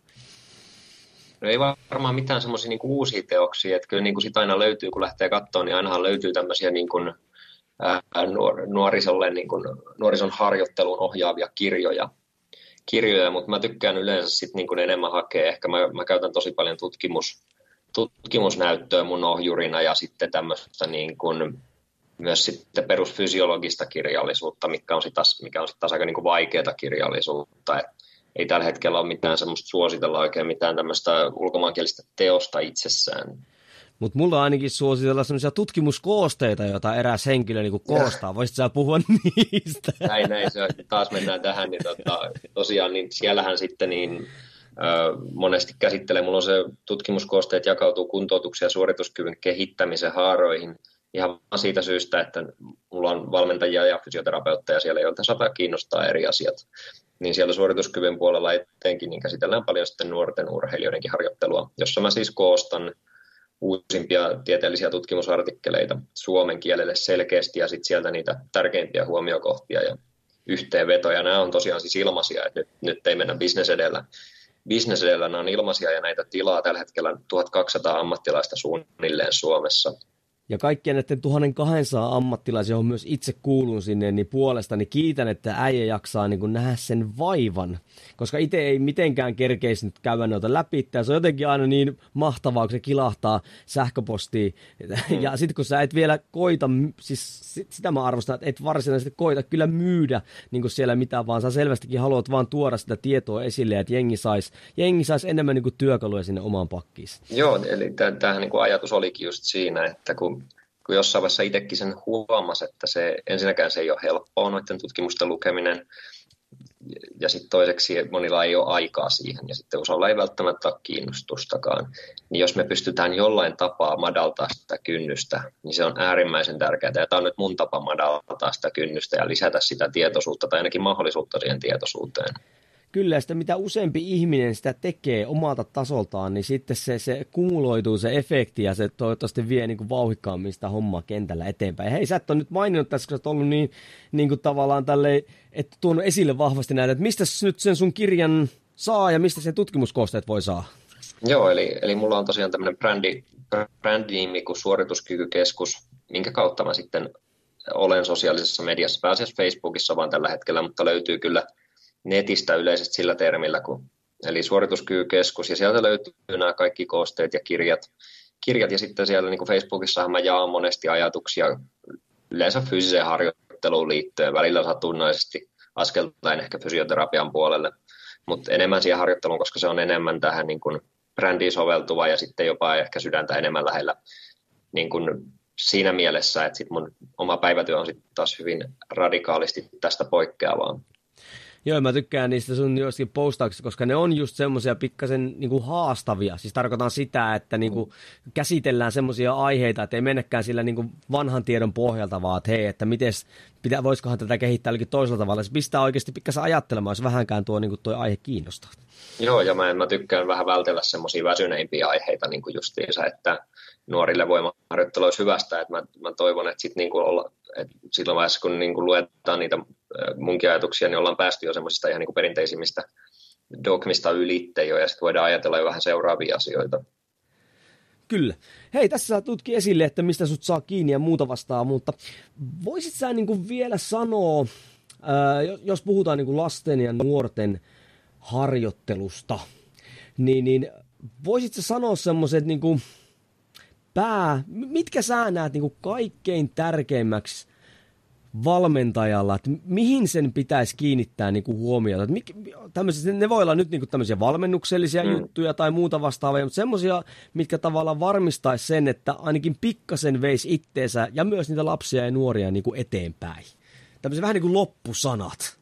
No ei varmaan mitään semmoisia niin uusia teoksia, että kyllä niin kuin sitä aina löytyy, kun lähtee katsomaan, niin ainahan löytyy tämmöisiä niin kuin, ää, nuor, nuorisolle, niin kuin, nuorison harjoitteluun ohjaavia kirjoja, kirjoja mutta mä tykkään yleensä sit niin kuin enemmän hakea, ehkä mä, mä käytän tosi paljon tutkimus, tutkimusnäyttöä mun ohjurina ja sitten tämmöistä niin kuin, myös sitten perusfysiologista kirjallisuutta, mikä on sitten mikä on sit taas aika niin kuin vaikeaa kirjallisuutta, että ei tällä hetkellä ole mitään semmoista suositella oikein mitään tämmöistä ulkomaankielistä teosta itsessään. Mutta mulla on ainakin suositella semmoisia tutkimuskoosteita, joita eräs henkilö niinku koostaa. Voisitko sä puhua niistä? Näin, näin. Se, taas mennään tähän. Niin tota, tosiaan niin siellähän sitten niin, monesti käsittelee. Mulla on se tutkimuskoosteet jakautuu kuntoutuksen ja suorituskyvyn kehittämisen haaroihin ihan siitä syystä, että mulla on valmentajia ja fysioterapeutteja siellä, joilta saattaa kiinnostaa eri asiat. Niin siellä suorituskyvyn puolella etenkin niin käsitellään paljon sitten nuorten urheilijoidenkin harjoittelua, jossa mä siis koostan uusimpia tieteellisiä tutkimusartikkeleita suomen kielelle selkeästi ja sitten sieltä niitä tärkeimpiä huomiokohtia ja yhteenvetoja. Nämä on tosiaan siis ilmaisia, että nyt, nyt ei mennä business edellä. Business edellä nämä on ilmaisia ja näitä tilaa tällä hetkellä tuhatkaksisataa ammattilaista suunnilleen Suomessa. Ja kaikkien näiden tuhatkaksisataa ammattilaisia, johon myös itse kuulun sinne, niin puolestani kiitän, että äijä jaksaa niin kuin nähdä sen vaivan. Koska itse ei mitenkään kerkeisi nyt käydä noita läpi. Ja se on jotenkin aina niin mahtavaa, kun se kilahtaa sähköpostiin. Mm. Ja sitten kun sä et vielä koita, siis sitä mä arvostan, että et varsinaisesti koita kyllä myydä niin kuin siellä mitään, vaan sä selvästikin haluat vaan tuoda sitä tietoa esille, että jengi saisi jengi sais enemmän niin kuin työkaluja sinne omaan pakkiin. Joo, eli tämähän niin kuin ajatus olikin just siinä, että kun kun jossain vaiheessa itsekin sen huomasi, että se, ensinnäkään se ei ole helppoa noiden tutkimusten lukeminen, ja sitten toiseksi monilla ei ole aikaa siihen, ja sitten osalla ei välttämättä ole kiinnostustakaan. Niin jos me pystytään jollain tapaa madaltaa sitä kynnystä, niin se on äärimmäisen tärkeää, ja tämä on nyt mun tapa madaltaa sitä kynnystä ja lisätä sitä tietoisuutta, tai ainakin mahdollisuutta siihen tietoisuuteen. Kyllä, ja sitä mitä useampi ihminen sitä tekee omalta tasoltaan, niin sitten se, se kumuloituu se efekti ja se toivottavasti vie niin kuin vauhikkaammin sitä hommaa kentällä eteenpäin. Ja hei, sä et ole nyt maininnut tässä, kun sä oot ollut niin, niin kuin tavallaan tälleen, että tuonut esille vahvasti näitä, että mistä nyt sen sun kirjan saa ja mistä sen tutkimuskoosteet voi saa? Joo, eli, eli mulla on tosiaan tämmöinen brändi, brändinimi kuin Suorituskykykeskus, minkä kautta mä sitten olen sosiaalisessa mediassa, pääasiassa Facebookissa vaan tällä hetkellä, mutta löytyy kyllä netistä yleisesti sillä termillä, kun, eli Suorituskykykeskus, ja sieltä löytyy nämä kaikki koosteet ja kirjat. kirjat ja sitten siellä niin kuin Facebookissahan mä jaan monesti ajatuksia yleensä fyysiseen harjoitteluun liittyen, välillä satunnaisesti askeltain ehkä fysioterapian puolelle, mutta enemmän siihen harjoitteluun, koska se on enemmän tähän niin kuin brändiin soveltuva ja sitten jopa ehkä sydäntä enemmän lähellä niin kuin siinä mielessä, että sit mun oma päivätyö on sitten taas hyvin radikaalisti tästä poikkeavaa. Joo, mä tykkään niistä sun joskin postauksista, koska ne on just semmoisia pikkasen niinku haastavia. Siis tarkoitan sitä, että niinku käsitellään semmoisia aiheita, että ei mennäkään sillä niinku vanhan tiedon pohjalta, vaan että hei, että mites, pitä, voisikohan tätä kehittää jollakin toisella tavalla. Se pistää oikeasti pikkasen ajattelemaan, jos vähänkään tuo, niinku tuo aihe kiinnostaa. Joo, ja mä, mä tykkään vähän vältellä semmoisia väsyneimpiä aiheita niin kuin justiinsa, että nuorille voimaharjoittelu olisi hyvästä. Että mä, mä toivon, että, sit niinku olla, että silloin vaiheessa, kun niinku luetaan niitä munkin ajatuksia, niin ollaan päästy jo semmoisista ihan niinku perinteisimmistä dogmista ylitse jo, ja sitten voidaan ajatella jo vähän seuraavia asioita. Kyllä. Hei, tässä sä tutki esille, että mistä sut saa kiinni ja muuta vastaan, mutta voisit sä niinku vielä sanoa, ää, jos puhutaan niinku lasten ja nuorten harjoittelusta, niin, niin voisit sä sanoa semmoiset niinku pää, mitkä sä näet niinku kaikkein tärkeimmäksi valmentajalla, että mihin sen pitäisi kiinnittää niinku huomiota. Ne voi olla nyt niinku tämmöisiä valmennuksellisia mm. juttuja tai muuta vastaavia, mutta semmoisia, mitkä tavallaan varmistaisi sen, että ainakin pikkasen veisi itteensä ja myös niitä lapsia ja nuoria niinku eteenpäin. Tämmöisiä vähän niin kuin loppusanat.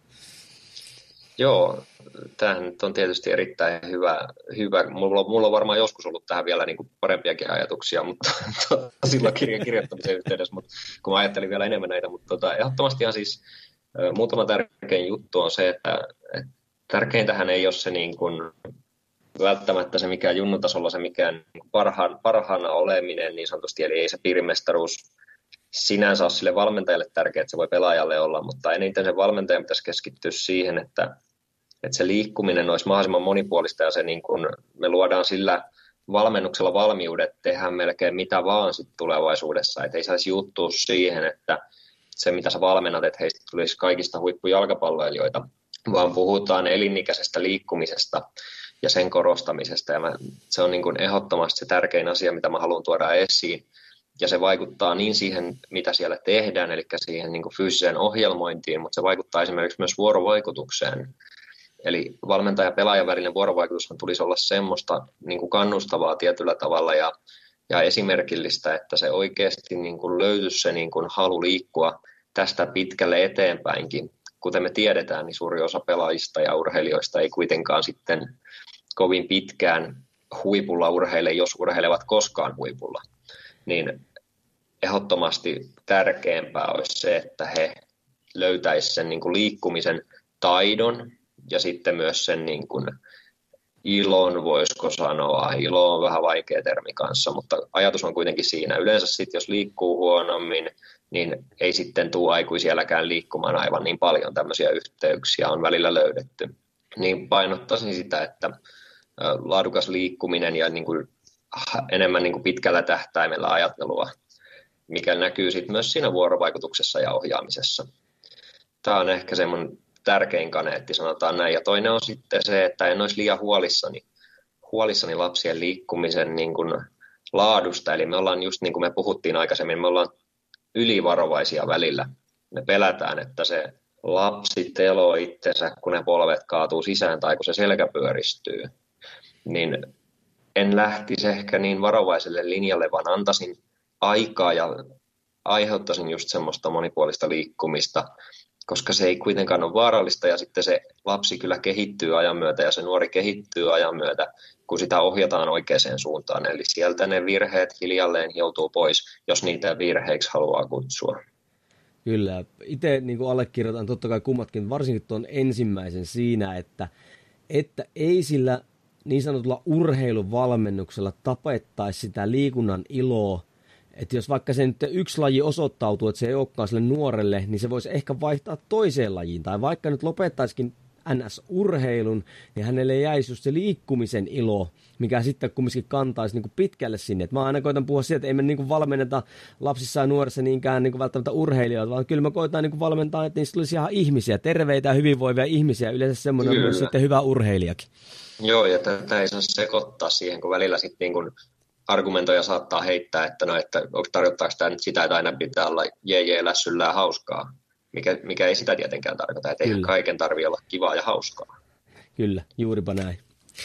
Joo, tämähän nyt on tietysti erittäin hyvä. hyvä. Mulla, mulla on varmaan joskus ollut tähän vielä niin kuin parempiakin ajatuksia, mutta silloin kirjan kirjoittamisen yhteydessä, mutta kun mä ajattelin vielä enemmän näitä, mutta tota, ehdottomasti ihan siis muutama tärkein juttu on se, että, että tärkeintähän ei ole se niin kuin, välttämättä se mikään junnutasolla se mikään niin kuin parhaan, parhaana oleminen niin sanotusti, eli ei se piirimestaruus sinänsä ole sille valmentajalle tärkeää, että se voi pelaajalle olla, mutta eniten sen valmentajan pitäisi keskittyä siihen, että, että se liikkuminen olisi mahdollisimman monipuolista ja se niin kuin me luodaan sillä valmennuksella valmiudet tehdä melkein mitä vaan sit tulevaisuudessa, että ei saisi juuttua siihen, että se mitä sä valmennat, että heistä tulisi kaikista huippujalkapalloilijoita, vaan puhutaan elinikäisestä liikkumisesta ja sen korostamisesta ja mä, se on niin kuin ehdottomasti se tärkein asia, mitä mä haluan tuoda esiin. Ja se vaikuttaa niin siihen, mitä siellä tehdään, eli siihen niin kuin fyysiseen ohjelmointiin, mutta se vaikuttaa esimerkiksi myös vuorovaikutukseen. Eli valmentaja ja pelaajan välinen vuorovaikutushan tulisi olla semmoista niin kuin kannustavaa tietyllä tavalla ja, ja esimerkillistä, että se oikeasti niin kuin löytyisi se niin kuin halu liikkua tästä pitkälle eteenpäinkin. Kuten me tiedetään, niin suuri osa pelaajista ja urheilijoista ei kuitenkaan sitten kovin pitkään huipulla urheile, jos urheilevat koskaan huipulla, niin ehdottomasti tärkeämpää olisi se, että he löytäisivät sen niin kuin liikkumisen taidon ja sitten myös sen niin kuin ilon, voisiko sanoa. Ilo on vähän vaikea termi kanssa, mutta ajatus on kuitenkin siinä. Yleensä sitten, jos liikkuu huonommin, niin ei sitten tule aikuisielläkään liikkumaan aivan niin paljon. Tämmöisiä yhteyksiä on välillä löydetty. Niin painottaisin sitä, että laadukas liikkuminen ja niin kuin enemmän niin kuin pitkällä tähtäimellä ajattelua, mikä näkyy sitten myös siinä vuorovaikutuksessa ja ohjaamisessa. Tämä on ehkä semmoinen tärkein kaneetti, sanotaan näin. Ja toinen on sitten se, että en olisi liian huolissani, huolissani lapsien liikkumisen niin kuin laadusta. Eli me ollaan just niin kuin me puhuttiin aikaisemmin, me ollaan ylivarovaisia välillä. Me pelätään, että se lapsi teloo itsensä, kun ne polvet kaatuu sisään tai kun se selkä pyöristyy. Niin en lähtisi ehkä niin varovaiselle linjalle, vaan antaisin aikaa ja aiheuttaisin just semmoista monipuolista liikkumista, koska se ei kuitenkaan ole vaarallista ja sitten se lapsi kyllä kehittyy ajan myötä ja se nuori kehittyy ajan myötä, kun sitä ohjataan oikeaan suuntaan. Eli sieltä ne virheet hiljalleen hioutuu pois, jos niitä virheiksi haluaa kutsua. Kyllä. Itse niin kuin allekirjoitan totta kai kummatkin, varsinkin tuon ensimmäisen siinä, että, että ei sillä niin sanotulla urheiluvalmennuksella tapettaisi sitä liikunnan iloa. Että jos vaikka se nyt yksi laji osoittautuu, että se ei olekaan sille nuorelle, niin se voisi ehkä vaihtaa toiseen lajiin. Tai vaikka nyt lopettaisikin N S-urheilun, niin hänelle jäisi just se liikkumisen ilo, mikä sitten kumminkin kantaisi niin kuin pitkälle sinne. Et mä aina koitan puhua siitä, että ei me niin kuin valmenneta lapsissa ja nuorissa niinkään niin kuin välttämättä urheilijoita, vaan kyllä me koitaan niin kuin valmentaa, että niistä tulisi ihan ihmisiä, terveitä ja hyvinvoivia ihmisiä, yleensä semmoinen kyllä. Myös sitten hyvä urheilijakin. Joo, ja tätä ei saa sekoittaa siihen, kun välillä sitten niin kuin argumentoja saattaa heittää, että no, että tarkoittaako tämä nyt sitä, että aina pitää olla jee jee lässyllään hauskaa, mikä, mikä ei sitä tietenkään tarkoita, että eihän kaiken tarvitse olla kivaa ja hauskaa. Kyllä, juuripa näin.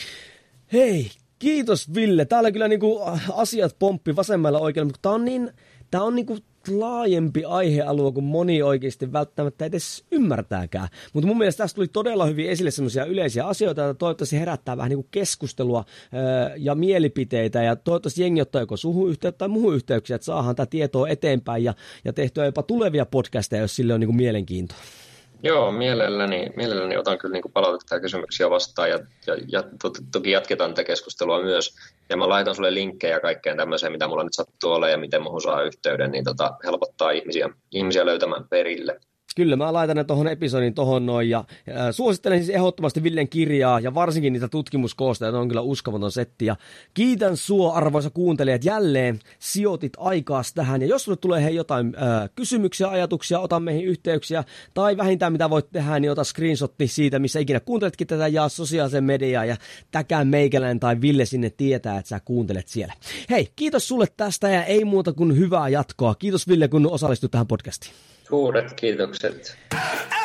Hei, kiitos Ville. Täällä kyllä niinku asiat pomppi vasemmalla oikealla, mutta tämä on niin, tämä on niinku laajempi aihealue, kuin moni oikeasti välttämättä edes ymmärtääkään. Mutta mun mielestä tässä tuli todella hyvin esille semmoisia yleisiä asioita, joita toivottavasti herättää vähän niinku keskustelua ää, ja mielipiteitä, ja toivottavasti jengi ottaa joko suhun yhteyttä tai muuhun yhteyksiä, että saadaan tätä tietoa eteenpäin ja, ja tehtyä jopa tulevia podcasteja, jos sille on niinku mielenkiintoa. Joo, mielelläni, mielelläni otan kyllä niin kuin palautetta ja kysymyksiä vastaan ja, ja, ja to, toki jatketaan tätä keskustelua myös. Ja mä laitan sulle linkkejä kaikkeen tämmöiseen, mitä mulla nyt sattuu olla ja miten muuhun saa yhteyden, niin tota, helpottaa ihmisiä, ihmisiä löytämään perille. Kyllä, mä laitan ne tuohon episodin tuohon noin ja äh, suosittelen siis ehdottomasti Villen kirjaa ja varsinkin niitä tutkimuskoosteja, on kyllä uskomaton setti. Ja kiitän sua, arvoisa kuuntelijat, jälleen sijoitit aikaas tähän. Ja jos sulle tulee hei jotain äh, kysymyksiä, ajatuksia, ota meihin yhteyksiä tai vähintään mitä voit tehdä, niin ota screenshotti siitä, missä ikinä kuunteletkin tätä, jaa sosiaalisen mediaan ja täkää meikälän tai Ville sinne tietää, että sä kuuntelet siellä. Hei, kiitos sulle tästä ja ei muuta kuin hyvää jatkoa. Kiitos Ville, kun osallistuit tähän podcastiin. Suuret kiitokset.